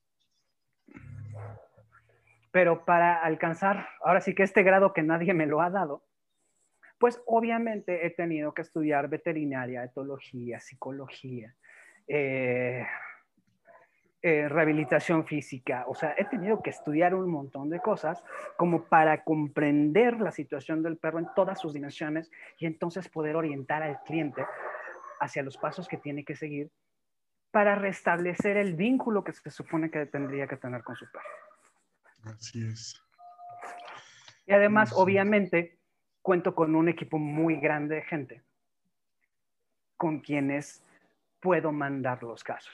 Pero para alcanzar, ahora sí que este grado que nadie me lo ha dado, pues obviamente he tenido que estudiar veterinaria, etología, psicología, eh, eh, rehabilitación física. O sea, he tenido que estudiar un montón de cosas como para comprender la situación del perro en todas sus dimensiones y entonces poder orientar al cliente hacia los pasos que tiene que seguir para restablecer el vínculo que se supone que tendría que tener con su perro. Así es. Y además, sí. obviamente, cuento con un equipo muy grande de gente con quienes puedo mandar los casos.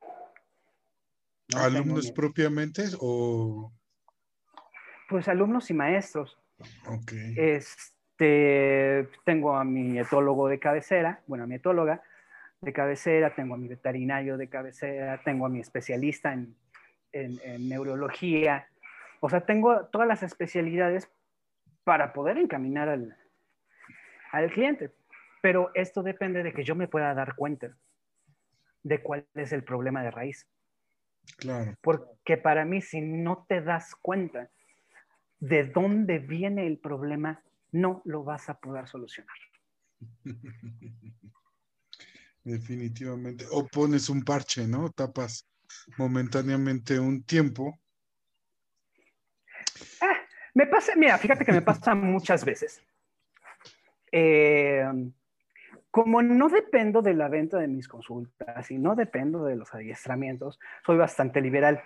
¿No? ¿Alumnos propiamente o...? Pues alumnos y maestros. Ok. Este, tengo a mi etólogo de cabecera, bueno, a mi etóloga de cabecera, tengo a mi veterinario de cabecera, tengo a mi especialista en, en, en neurología. O sea, tengo todas las especialidades para poder encaminar al, al cliente. Pero esto depende de que yo me pueda dar cuenta de cuál es el problema de raíz. Claro. Porque para mí, si no te das cuenta de dónde viene el problema, no lo vas a poder solucionar. Definitivamente. O pones un parche, ¿no? Tapas momentáneamente un tiempo. Ah, me pasa, mira, fíjate que me pasa muchas veces. Eh, como no dependo de la venta de mis consultas y no dependo de los adiestramientos, soy bastante liberal.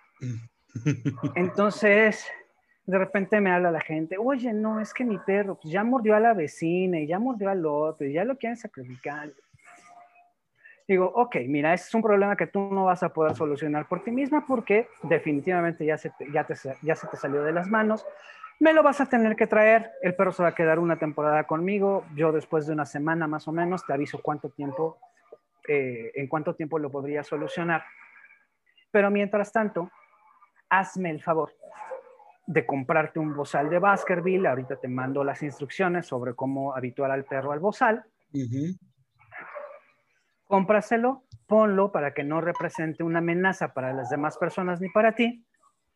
Entonces, de repente me habla la gente, oye, no, es que mi perro pues, ya mordió a la vecina y ya mordió al otro y ya lo quieren sacrificar. Digo, ok, mira, ese es un problema que tú no vas a poder solucionar por ti misma porque definitivamente ya se te, ya te, ya se te salió de las manos. Me lo vas a tener que traer, el perro se va a quedar una temporada conmigo, yo después de una semana más o menos te aviso cuánto tiempo, eh, en cuánto tiempo lo podría solucionar. Pero mientras tanto, hazme el favor de comprarte un bozal de Baskerville, ahorita te mando las instrucciones sobre cómo habituar al perro al bozal. Uh-huh. Cómpraselo, ponlo para que no represente una amenaza para las demás personas ni para ti.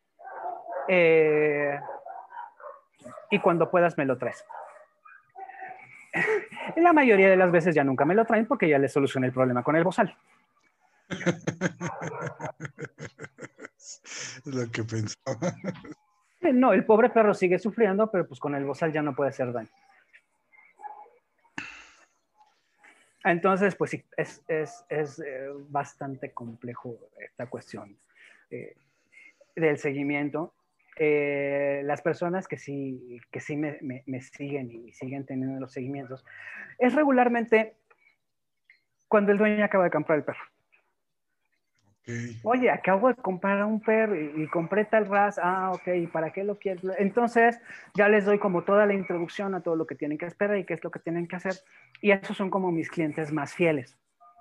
Eh, y cuando puedas me lo traes. Y la mayoría de las veces ya nunca me lo traen porque ya les solucioné el problema con el bozal. Es lo que pensaba. No, el pobre perro sigue sufriendo, pero pues con el bozal ya no puede hacer daño. Entonces, pues sí, es, es, es eh, bastante complejo esta cuestión eh, del seguimiento. Eh, las personas que sí, que sí me, me, me siguen y siguen teniendo los seguimientos, es regularmente cuando el dueño acaba de comprar el perro. Okay. Oye, acabo de comprar un perro y, y compré tal raza. Ah, ok, ¿y para qué lo quieres? Entonces ya les doy como toda la introducción a todo lo que tienen que esperar y qué es lo que tienen que hacer. Y esos son como mis clientes más fieles.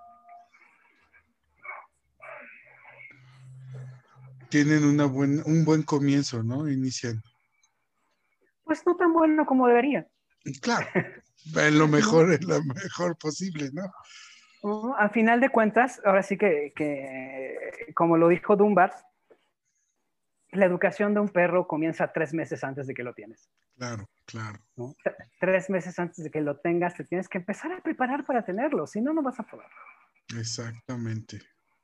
Tienen una buen, un buen comienzo, ¿no? Inician. Pues no tan bueno como debería. Claro, en lo ¿No? mejor, en lo mejor posible, ¿no? ¿No? A final de cuentas, ahora sí que, que como lo dijo Dunbar, la educación de un perro comienza tres meses antes de que lo tienes. Claro, claro. ¿No? Tres meses antes de que lo tengas, te tienes que empezar a preparar para tenerlo, si no, no vas a poder. Exactamente.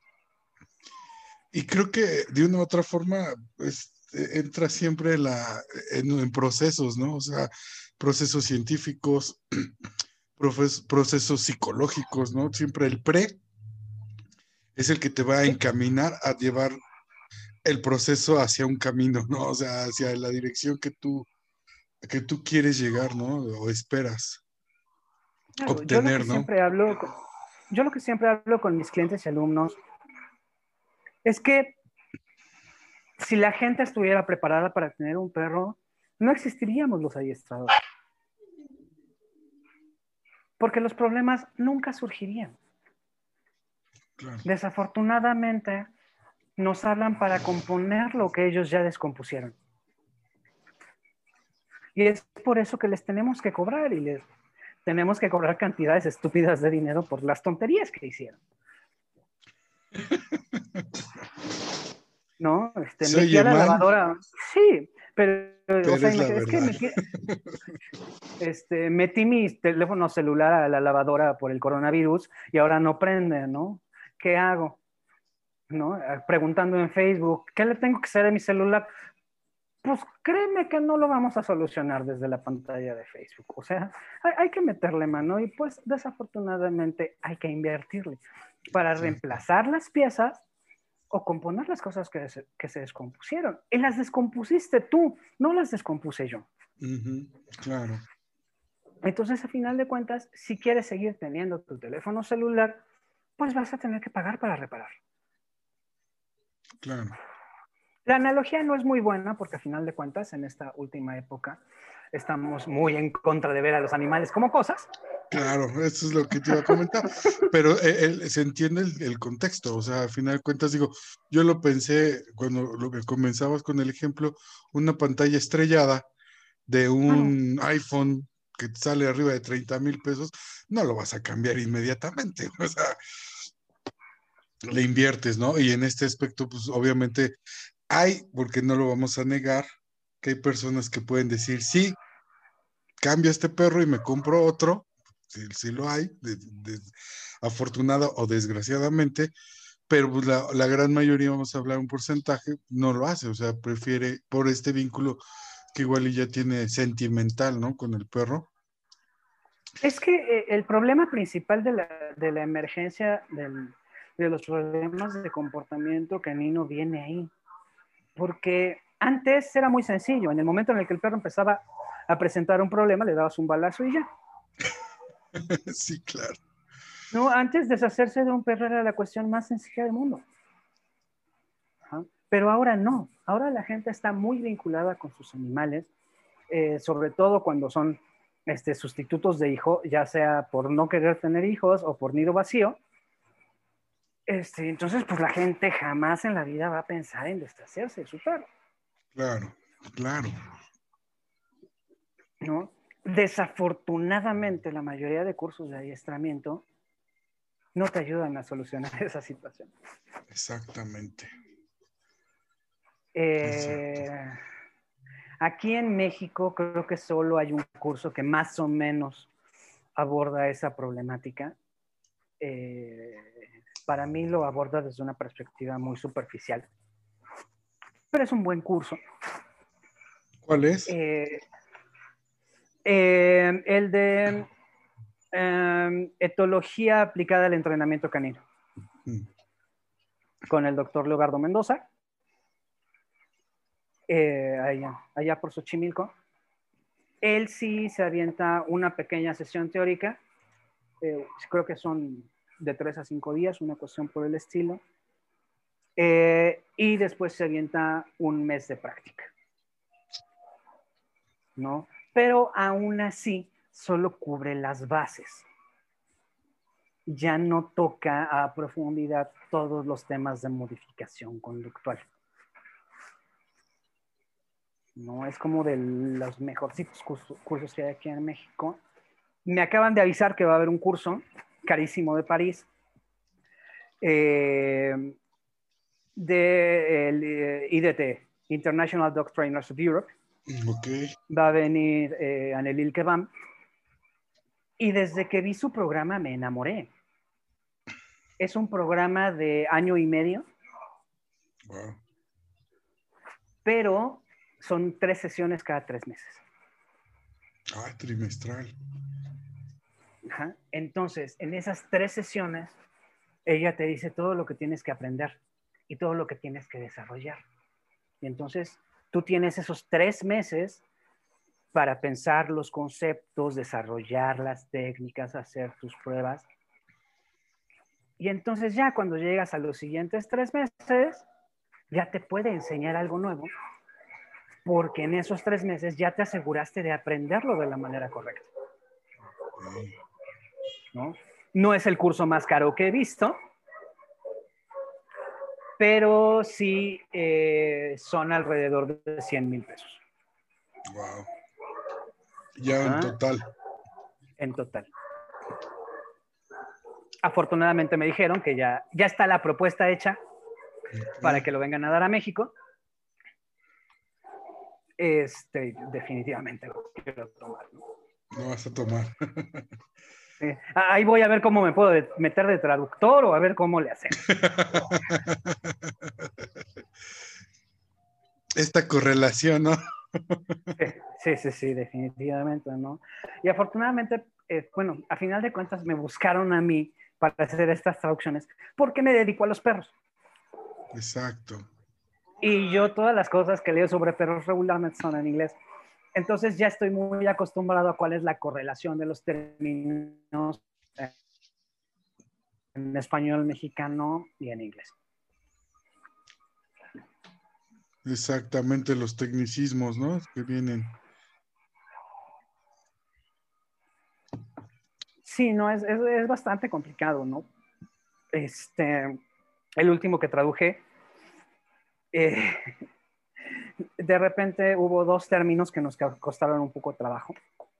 Y creo que de una u otra forma, pues, entra siempre la, en, en procesos, ¿no? O sea, procesos científicos, procesos psicológicos, ¿no? Siempre el pre es el que te va a Sí, encaminar a llevar el proceso hacia un camino, ¿no? O sea, hacia la dirección que tú, que tú quieres llegar, ¿no? O esperas claro, yo lo que obtener, ¿no? siempre hablo, yo lo que siempre hablo con mis clientes y alumnos es que si la gente estuviera preparada para tener un perro, no existiríamos los adiestradores, porque los problemas nunca surgirían. Claro. Desafortunadamente, nos hablan para componer lo que ellos ya descompusieron. Y es por eso que les tenemos que cobrar y les tenemos que cobrar cantidades estúpidas de dinero por las tonterías que hicieron. ¿No? Este, Se metí a oye la mal, lavadora. Sí, pero, o pero sea, es la imagínate, es que verdad. metí, este, metí mi teléfono celular a la lavadora por el coronavirus y ahora no prende, ¿no? ¿Qué hago? ¿No? Preguntando en Facebook, ¿qué le tengo que hacer a mi celular? Pues créeme que no lo vamos a solucionar desde la pantalla de Facebook. O sea, hay, hay que meterle mano y pues desafortunadamente hay que invertirle para Exacto. reemplazar las piezas o componer las cosas que se, que se descompusieron. Y las descompusiste tú, no las descompuse yo. Uh-huh. Claro, Entonces, a final de cuentas, si quieres seguir teniendo tu teléfono celular, pues vas a tener que pagar para reparar. claro. La analogía no es muy buena porque a final de cuentas, en esta última época, estamos muy en contra de ver a los animales como cosas. Claro, eso es lo que te iba a comentar, pero eh, el- se entiende el, el contexto, o sea, al final de cuentas, digo, yo lo pensé cuando lo que comenzabas con el ejemplo, una pantalla estrellada de Claro, un iPhone que te sale arriba de treinta mil pesos, no lo vas a cambiar inmediatamente, o sea, le inviertes, ¿no? Y en este aspecto, pues obviamente hay, porque no lo vamos a negar, que hay personas que pueden decir, sí, cambio este perro y me compro otro, sí, sí lo hay, de, de, afortunada o desgraciadamente, pero pues la, la, gran mayoría, vamos a hablar un porcentaje, no lo hace, o sea, prefiere por este vínculo que igual ya tiene sentimental, ¿no? Con el perro. es que eh, el problema principal de la, de la emergencia del, de los problemas de comportamiento canino viene ahí. Porque antes era muy sencillo. En el momento en el que el perro empezaba a presentar un problema, le dabas un balazo y ya. Sí, claro. No, antes deshacerse de un perro era la cuestión más sencilla del mundo. Ajá. Pero ahora no. Ahora la gente está muy vinculada con sus animales, eh, sobre todo cuando son este, sustitutos de hijo, ya sea por no querer tener hijos o por nido vacío. Este, entonces, pues la gente jamás en la vida va a pensar en deshacerse de su perro. Claro, claro. ¿No? Desafortunadamente, la mayoría de cursos de adiestramiento no te ayudan a solucionar esa situación. Exactamente. Exacto. Eh, aquí en México creo que solo hay un curso que más o menos aborda esa problemática. Eh, para mí lo aborda desde una perspectiva muy superficial, pero es un buen curso. ¿Cuál es? Eh, eh, el de Um, etología aplicada al entrenamiento canino. Mm. Con el doctor Leogardo Mendoza, eh, allá, allá por Xochimilco. Él sí se avienta una pequeña sesión teórica, eh, creo que son de tres a cinco días, una cuestión por el estilo, eh, y después se avienta un mes de práctica, ¿no? Pero aún así solo cubre las bases. Ya no toca a profundidad todos los temas de modificación conductual. No es como de los mejorcitos cursos, cursos que hay aquí en México. Me acaban de avisar que va a haber un curso carísimo de París eh, de el, eh, I D T, International Dog Trainers of Europe. Okay. Va a venir eh, Anelil Kebam. Y desde que vi su programa me enamoré. Es un programa de año y medio. Wow. Pero son tres sesiones cada tres meses. Ah, trimestral. Ajá. Entonces, en esas tres sesiones, ella te dice todo lo que tienes que aprender y todo lo que tienes que desarrollar. Y entonces, tú tienes esos tres meses para pensar los conceptos, desarrollar las técnicas, hacer tus pruebas. Y entonces ya cuando llegas a los siguientes tres meses, ya te puede enseñar algo nuevo, porque en esos tres meses ya te aseguraste de aprenderlo de la manera correcta. ¿No? No es el curso más caro que he visto, pero sí eh, son alrededor de cien mil pesos. Wow. Ya en total. En total. Afortunadamente me dijeron que ya, ya está la propuesta hecha okay. para que lo vengan a dar a México. Este, definitivamente lo quiero tomar, ¿no? No vas a tomar. Sí. Ahí voy a ver cómo me puedo meter de traductor o a ver cómo le hacemos. Esta correlación, ¿no? Sí, sí, sí, definitivamente, ¿no? Y afortunadamente, eh, bueno, a final de cuentas me buscaron a mí para hacer estas traducciones porque me dedico a los perros. Exacto. Y yo todas las cosas que leo sobre perros regularmente son en inglés. Entonces ya estoy muy acostumbrado a cuál es la correlación de los términos en español, mexicano y en inglés. Exactamente, los tecnicismos, ¿no? Que vienen. Sí, no, es, es, es bastante complicado, ¿no? Este, el último que traduje, eh, de repente hubo dos términos que nos costaron un poco de trabajo.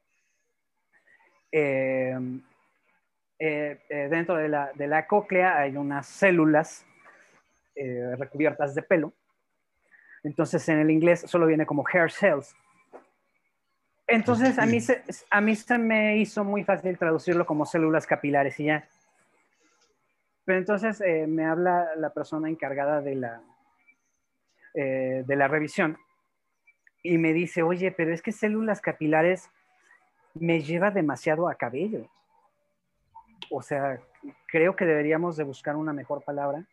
Eh, eh, eh, dentro de la, de la cóclea hay unas células eh, recubiertas de pelo. Entonces en el inglés solo viene como hair cells. Entonces a mí, se, a mí se me hizo muy fácil traducirlo como células capilares y ya. Pero entonces eh, me habla la persona encargada de la, eh, de la revisión y me dice, oye, pero es que células capilares me lleva demasiado a cabello. O sea, creo que deberíamos de buscar una mejor palabra.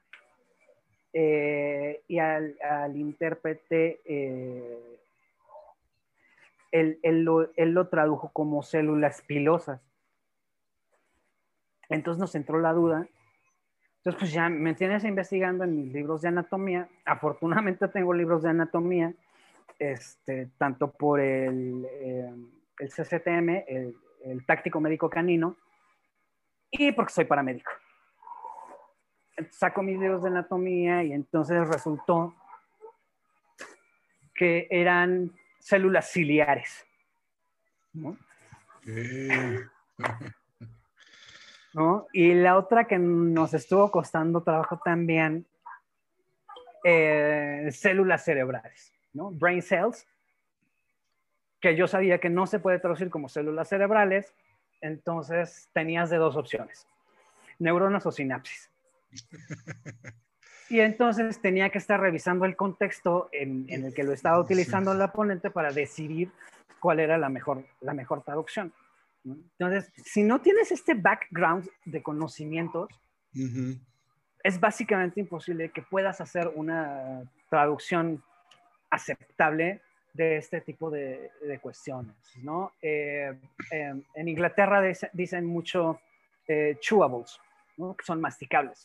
Eh, y al, al intérprete, eh, él, él, lo, él lo tradujo como células pilosas. Entonces nos entró la duda. Entonces, pues ya me tienes investigando en mis libros de anatomía. Afortunadamente tengo libros de anatomía, este, tanto por el, eh, el C C T M, el, el Táctico Médico Canino, y porque soy paramédico. Entonces, saco mis libros de anatomía y entonces resultó que eran células ciliares, ¿no? Okay. ¿No? Y la otra que nos estuvo costando trabajo también, eh, células cerebrales, ¿no? Brain cells, que yo sabía que no se puede traducir como células cerebrales, entonces tenías de dos opciones, neuronas o sinapsis. Y entonces tenía que estar revisando el contexto en, en el que lo estaba utilizando la ponente para decidir cuál era la mejor, la mejor traducción. ¿no? Entonces, si no tienes este background de conocimientos, uh-huh. es básicamente imposible que puedas hacer una traducción aceptable de este tipo de, de cuestiones, ¿no? Eh, eh, en Inglaterra dice, dicen mucho eh, chewables, ¿no? Que son masticables.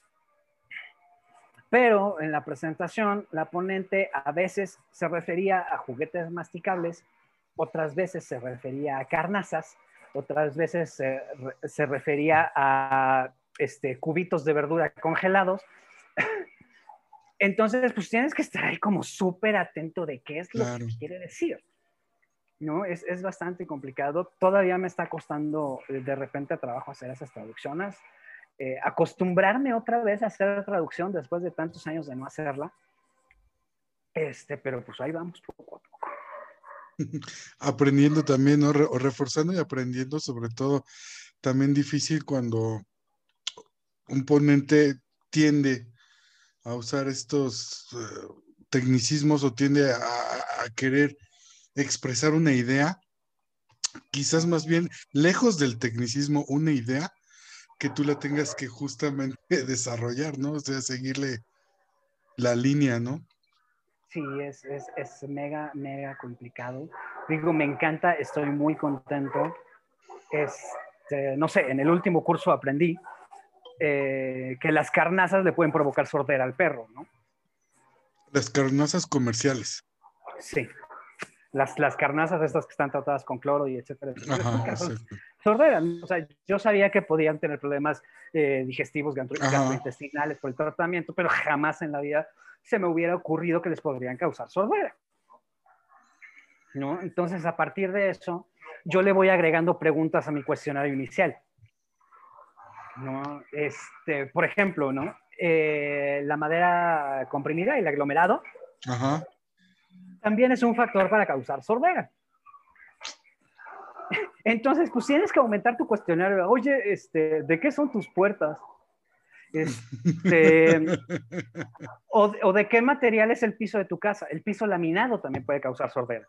Pero en la presentación, la ponente a veces se refería a juguetes masticables, otras veces se refería a carnazas, otras veces se, se refería a este, cubitos de verdura congelados. Entonces, pues tienes que estar ahí como súper atento de qué es lo claro. que quiere decir. ¿No? Es, es bastante complicado. Todavía me está costando de repente trabajo hacer esas traducciones. Eh, acostumbrarme otra vez a hacer traducción después de tantos años de no hacerla. Este, pero pues ahí vamos poco a poco. Aprendiendo también, ¿no? Re o reforzando y aprendiendo, sobre todo, también difícil cuando un ponente tiende a usar estos uh, tecnicismos o tiende a, a querer expresar una idea, quizás más bien lejos del tecnicismo, una idea que tú la tengas que justamente desarrollar, ¿no? O sea, seguirle la línea, ¿no? Sí, es, es, es mega, mega complicado. Digo, me encanta, estoy muy contento. Este, no sé, en el último curso aprendí eh, que las carnazas le pueden provocar sordera al perro, ¿no? Las carnazas comerciales. Sí. Las, las carnazas estas que están tratadas con cloro y etcétera, etcétera. Ajá, sí. Sordera. O sea, yo sabía que podían tener problemas eh, digestivos, gastro, gastrointestinales por el tratamiento, pero jamás en la vida se me hubiera ocurrido que les podrían causar sordera, ¿no? Entonces, a partir de eso, yo le voy agregando preguntas a mi cuestionario inicial, ¿no? Este, por ejemplo, ¿no? Eh, la madera comprimida, el aglomerado, Ajá. también es un factor para causar sordera. Entonces, pues tienes que aumentar tu cuestionario. Oye, este, ¿de qué son tus puertas? Este, o, o de qué material es el piso de tu casa. El piso laminado también puede causar sordera.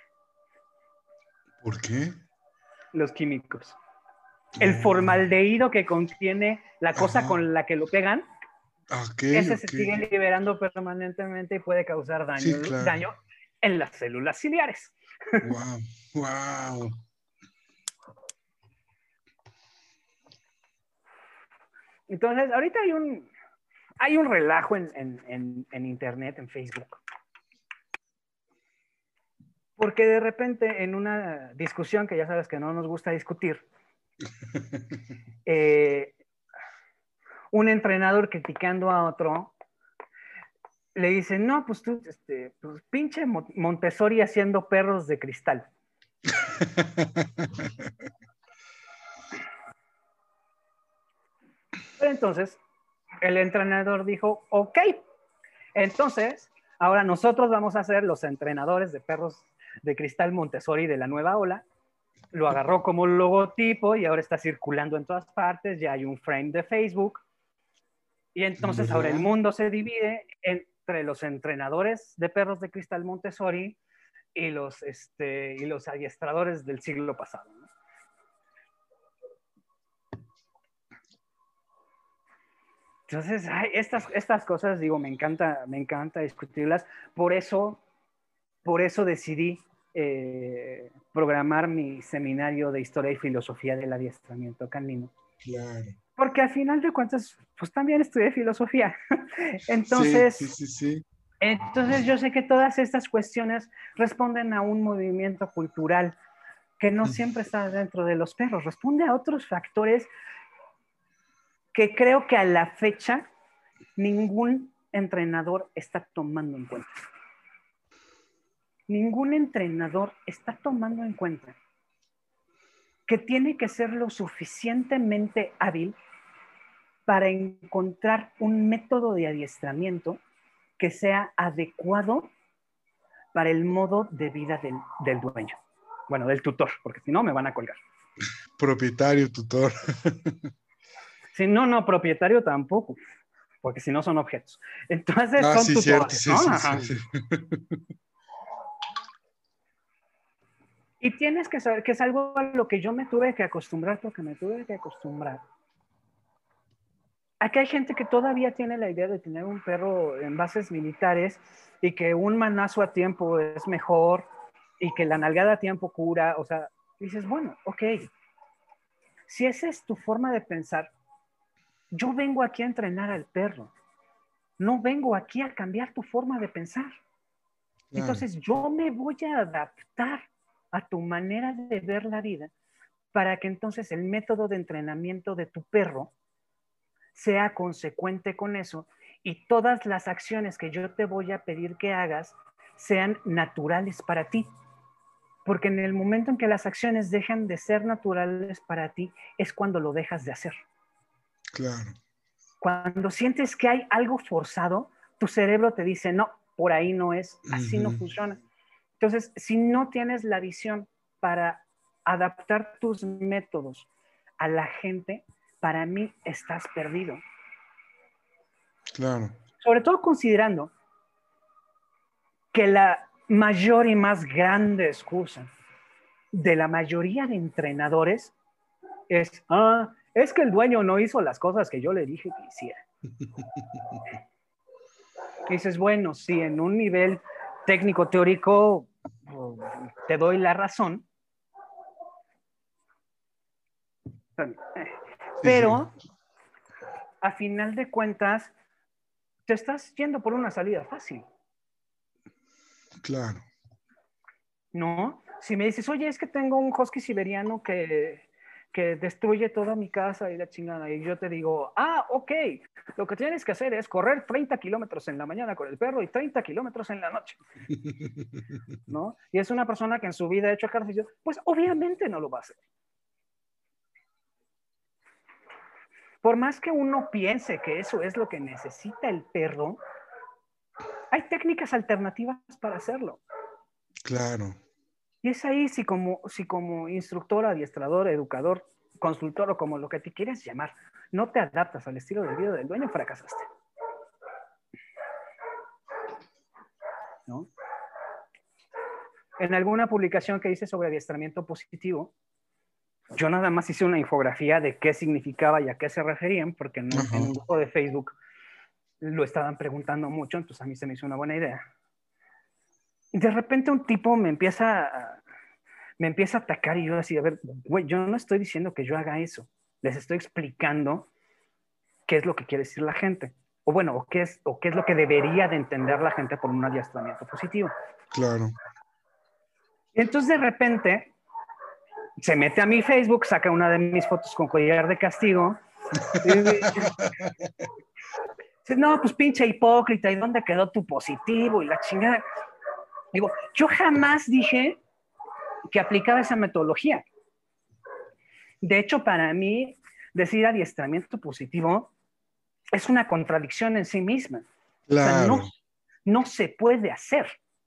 ¿Por qué? Los químicos. El oh. formaldehído que contiene la cosa Ajá. con la que lo pegan, okay, ese okay. se sigue liberando permanentemente y puede causar daño, sí, claro. daño en las células ciliares. Wow, wow. Entonces, ahorita hay un, hay un relajo en, en, en, en internet, en Facebook. Porque de repente en una discusión, que ya sabes que no nos gusta discutir, eh, un entrenador criticando a otro, le dice, no, pues tú, este, pues, pinche Montessori haciendo perros de cristal. Pero entonces, el entrenador dijo, ok, entonces, ahora nosotros vamos a ser los entrenadores de perros de cristal Montessori de la nueva ola. Lo agarró como logotipo y ahora está circulando en todas partes, ya hay un frame de Facebook. Y entonces ¿verdad? Ahora el mundo se divide entre los entrenadores de perros de cristal Montessori y los, este, y los adiestradores del siglo pasado, ¿no? Entonces, ay, estas, estas cosas, digo, me encanta, me encanta discutirlas. Por eso, por eso decidí eh, programar mi seminario de Historia y Filosofía del Adiestramiento Canino. Claro. Porque al final de cuentas, pues también estudié filosofía. Entonces, sí, sí, sí, sí. entonces yo sé que todas estas cuestiones responden a un movimiento cultural que no siempre está dentro de los perros, responde a otros factores que creo que a la fecha ningún entrenador está tomando en cuenta. Ningún entrenador está tomando en cuenta que tiene que ser lo suficientemente hábil para encontrar un método de adiestramiento que sea adecuado para el modo de vida del, del dueño. Bueno, del tutor, porque si no me van a colgar. Propietario, tutor. Si no, no, propietario tampoco, porque si no son objetos. Entonces ah, son sí, tutores, cierto, sí, ¿no? sí, Ajá. sí, sí. Y tienes que saber que es algo a lo que yo me tuve que acostumbrar, porque me tuve que acostumbrar. Aquí hay gente que todavía tiene la idea de tener un perro en bases militares y que un manazo a tiempo es mejor y que la nalgada a tiempo cura. O sea, dices, bueno, ok, si esa es tu forma de pensar, yo vengo aquí a entrenar al perro. No vengo aquí a cambiar tu forma de pensar. Claro. Entonces yo me voy a adaptar a tu manera de ver la vida para que entonces el método de entrenamiento de tu perro sea consecuente con eso y todas las acciones que yo te voy a pedir que hagas sean naturales para ti. Porque en el momento en que las acciones dejan de ser naturales para ti, es cuando lo dejas de hacer. Claro. Cuando sientes que hay algo forzado, tu cerebro te dice, no, por ahí no es, así uh-huh. no funciona. Entonces, si no tienes la visión para adaptar tus métodos a la gente, para mí estás perdido. Claro. Sobre todo considerando que la mayor y más grande excusa de la mayoría de entrenadores es, ah, es que el dueño no hizo las cosas que yo le dije que hiciera. Y dices, bueno, sí, en un nivel técnico teórico te doy la razón, pero sí, sí. A final de cuentas te estás yendo por una salida fácil. Claro. ¿No? Si me dices, oye, es que tengo un husky siberiano que, que destruye toda mi casa y la chingada, y yo te digo, ah, ok, lo que tienes que hacer es correr treinta kilómetros en la mañana con el perro y treinta kilómetros en la noche, ¿no? Y es una persona que en su vida ha hecho ejercicio, pues obviamente no lo va a hacer. Por más que uno piense que eso es lo que necesita el perro, hay técnicas alternativas para hacerlo. Claro. Y es ahí si como, si como instructor, adiestrador, educador, consultor o como lo que te quieras llamar, no te adaptas al estilo de vida del dueño, fracasaste. ¿No? En alguna publicación que hice sobre adiestramiento positivo, yo nada más hice una infografía de qué significaba y a qué se referían, porque en un, en un grupo de Facebook lo estaban preguntando mucho, entonces a mí se me hizo una buena idea. Y de repente un tipo me empieza a, me empieza a atacar y yo así, a ver, güey, yo no estoy diciendo que yo haga eso, les estoy explicando qué es lo que quiere decir la gente, o bueno, o qué es, o qué es lo que debería de entender la gente por un adiestramiento positivo. Claro. Y entonces de repente se mete a mi Facebook, saca una de mis fotos con collar de castigo. Y dice, no, pues pinche hipócrita, ¿y dónde quedó tu positivo? Y la chingada. Digo, yo jamás dije que aplicaba esa metodología. De hecho, para mí, decir adiestramiento positivo es una contradicción en sí misma. Claro. O sea, no, no se puede hacer.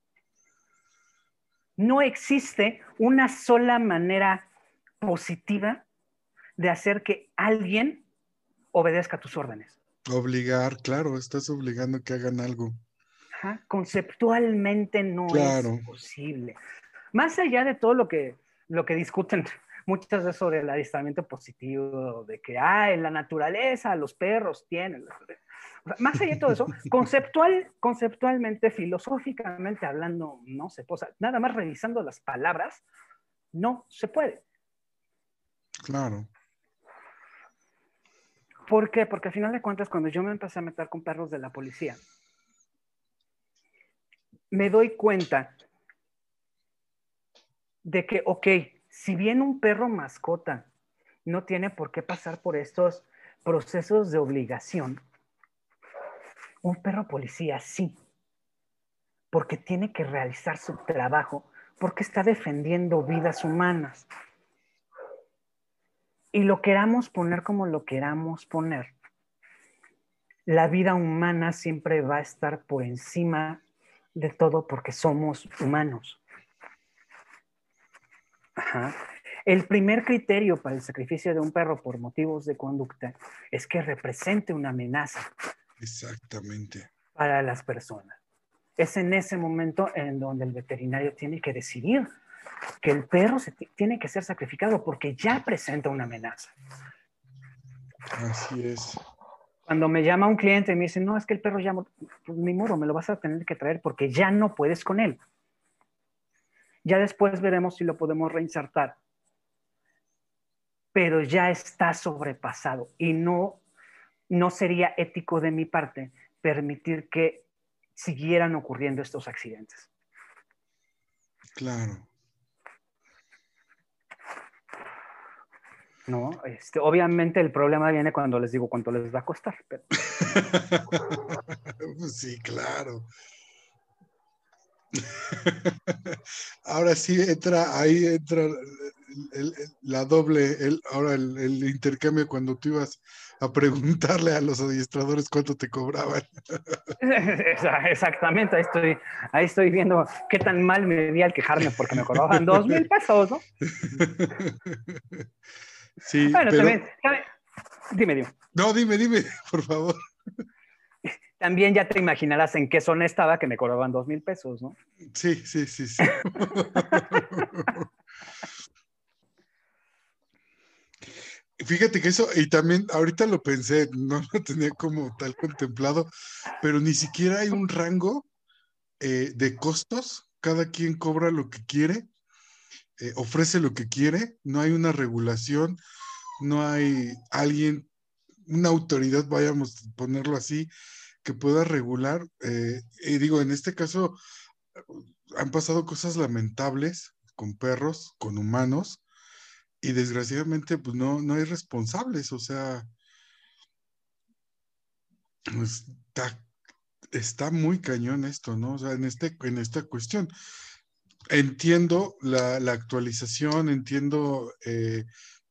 No existe una sola manera positiva de hacer que alguien obedezca tus órdenes. Obligar, claro, estás obligando que hagan algo. Ajá. Conceptualmente no claro. es posible. Más allá de todo lo que, lo que discuten muchas veces sobre el adiestramiento positivo, de que ah, en la naturaleza los perros tienen. O sea, más allá de todo eso, conceptual, conceptualmente, filosóficamente hablando, no se puede. O sea, nada más revisando las palabras, no se puede. Claro. ¿Por qué? Porque al final de cuentas, cuando yo me empecé a meter con perros de la policía, me doy cuenta de que, ok, si bien un perro mascota no tiene por qué pasar por estos procesos de obligación, un perro policía sí, porque tiene que realizar su trabajo, porque está defendiendo vidas humanas. Y lo queramos poner como lo queramos poner, la vida humana siempre va a estar por encima de todo porque somos humanos. Ajá. El primer criterio para el sacrificio de un perro por motivos de conducta es que represente una amenaza. Exactamente. Para las personas. Es en ese momento en donde el veterinario tiene que decidir que el perro se tiene que ser sacrificado porque ya presenta una amenaza. Así es. Cuando me llama un cliente y me dice, no, es que el perro ya, pues ni modo, me lo vas a tener que traer porque ya no puedes con él. Ya después veremos si lo podemos reinsertar. Pero ya está sobrepasado y no, no sería ético de mi parte permitir que siguieran ocurriendo estos accidentes. Claro. No, este, obviamente el problema viene cuando les digo cuánto les va a costar. Pero... Pues sí, claro. Ahora sí entra, ahí entra el, el, la doble, el, ahora el, el intercambio cuando tú ibas a preguntarle a los adiestradores cuánto te cobraban. Exactamente, ahí estoy, ahí estoy viendo qué tan mal me vi al quejarme porque me cobraban dos mil pesos, ¿no? Sí, bueno, pero... también, también, dime, dime. No, dime, dime, por favor. También ya te imaginarás en qué zona estaba que me cobraban dos mil pesos, ¿no? Sí, sí, sí, sí. Fíjate que eso, y también ahorita lo pensé, no lo tenía como tal contemplado, pero ni siquiera hay un rango eh, de costos, cada quien cobra lo que quiere, eh, ofrece lo que quiere, no hay una regulación, no hay alguien, una autoridad, vayamos a ponerlo así, que pueda regular. Eh, y digo, en este caso han pasado cosas lamentables con perros, con humanos, y desgraciadamente pues no, no hay responsables, o sea, pues, está, está muy cañón esto, ¿no? O sea, en, este, en esta cuestión. Entiendo la, la actualización, entiendo eh,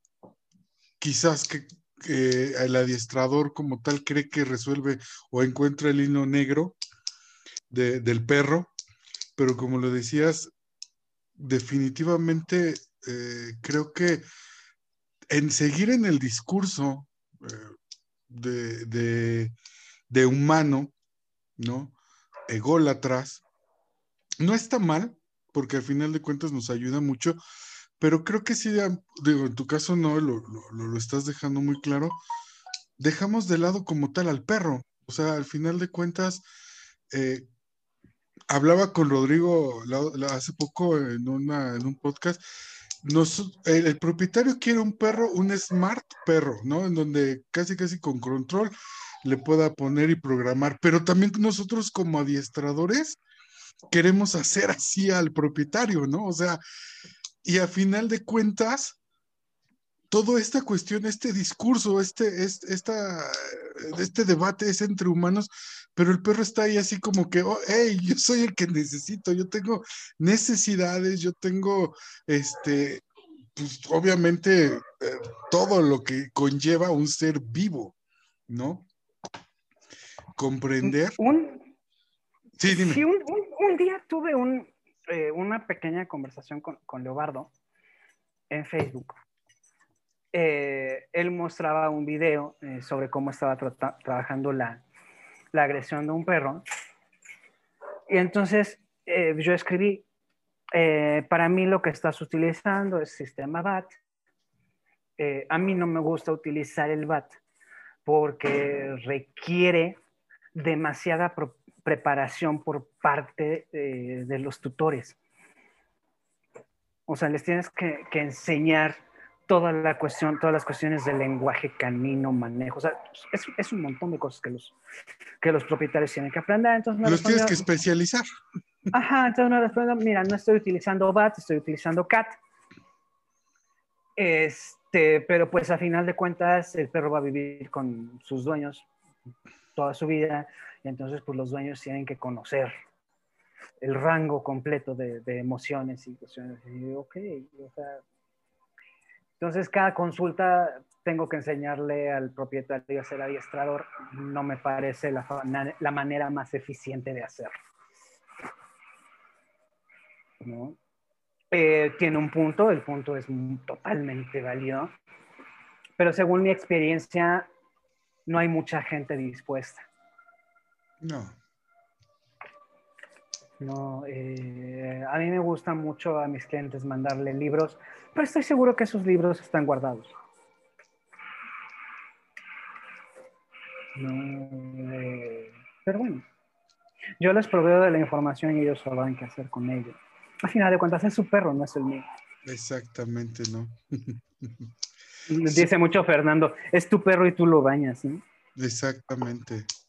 quizás que, que el adiestrador como tal cree que resuelve o encuentra el hilo negro de, del perro, pero como lo decías, definitivamente eh, creo que en seguir en el discurso eh, de, de, de humano, ¿no? Ególatras, no está mal, porque al final de cuentas nos ayuda mucho, pero creo que sí, digo, en tu caso no, lo, lo, lo estás dejando muy claro, dejamos de lado como tal al perro, o sea, al final de cuentas, eh, hablaba con Rodrigo la, la, hace poco en, una, en un podcast, nos, el, el, propietario quiere un perro, un smart perro, ¿no? En donde casi casi con control le pueda poner y programar, pero también nosotros como adiestradores queremos hacer así al propietario, ¿no? O sea, y a final de cuentas, toda esta cuestión, este discurso, este, este, esta, este debate es entre humanos, pero el perro está ahí así como que, oh, hey, yo soy el que necesito, yo tengo necesidades, yo tengo, este, pues obviamente, eh, todo lo que conlleva un ser vivo, ¿no? Comprender. Un, sí, dime. Sí, un, un, un día tuve un, eh, una pequeña conversación con, con Leobardo en Facebook. Eh, él mostraba un video eh, sobre cómo estaba tra trabajando la, la agresión de un perro. Y entonces eh, yo escribí, eh, para mí lo que estás utilizando es sistema B A T. Eh, a mí no me gusta utilizar el B A T porque requiere demasiada preparación por parte eh, de los tutores. O sea, les tienes que, que enseñar toda la cuestión, todas las cuestiones del lenguaje canino, manejo. O sea, es, es un montón de cosas que los, que los propietarios tienen que aprender. Entonces me los respondió, tienes que especializar. Ajá, entonces me respondió, mira, no estoy utilizando B A T, estoy utilizando C A T. Este, pero pues a final de cuentas el perro va a vivir con sus dueños toda su vida y entonces pues los dueños tienen que conocer el rango completo de, de emociones y cuestiones. Y ok, o sea, entonces cada consulta tengo que enseñarle al propietario a ser adiestrador. No me parece la, la manera más eficiente de hacerlo, ¿no? Eh, tiene un punto, el punto es totalmente válido, pero según mi experiencia no hay mucha gente dispuesta. No. No, eh, a mí me gusta mucho a mis clientes mandarle libros, pero estoy seguro que esos libros están guardados. No, eh, pero bueno, yo les proveo de la información y ellos sabrán qué hacer con ello. Al final de cuentas es su perro, no es el mío. Exactamente, ¿no? Sí, Dice mucho Fernando, es tu perro y tú lo bañas, ¿no? exactamente.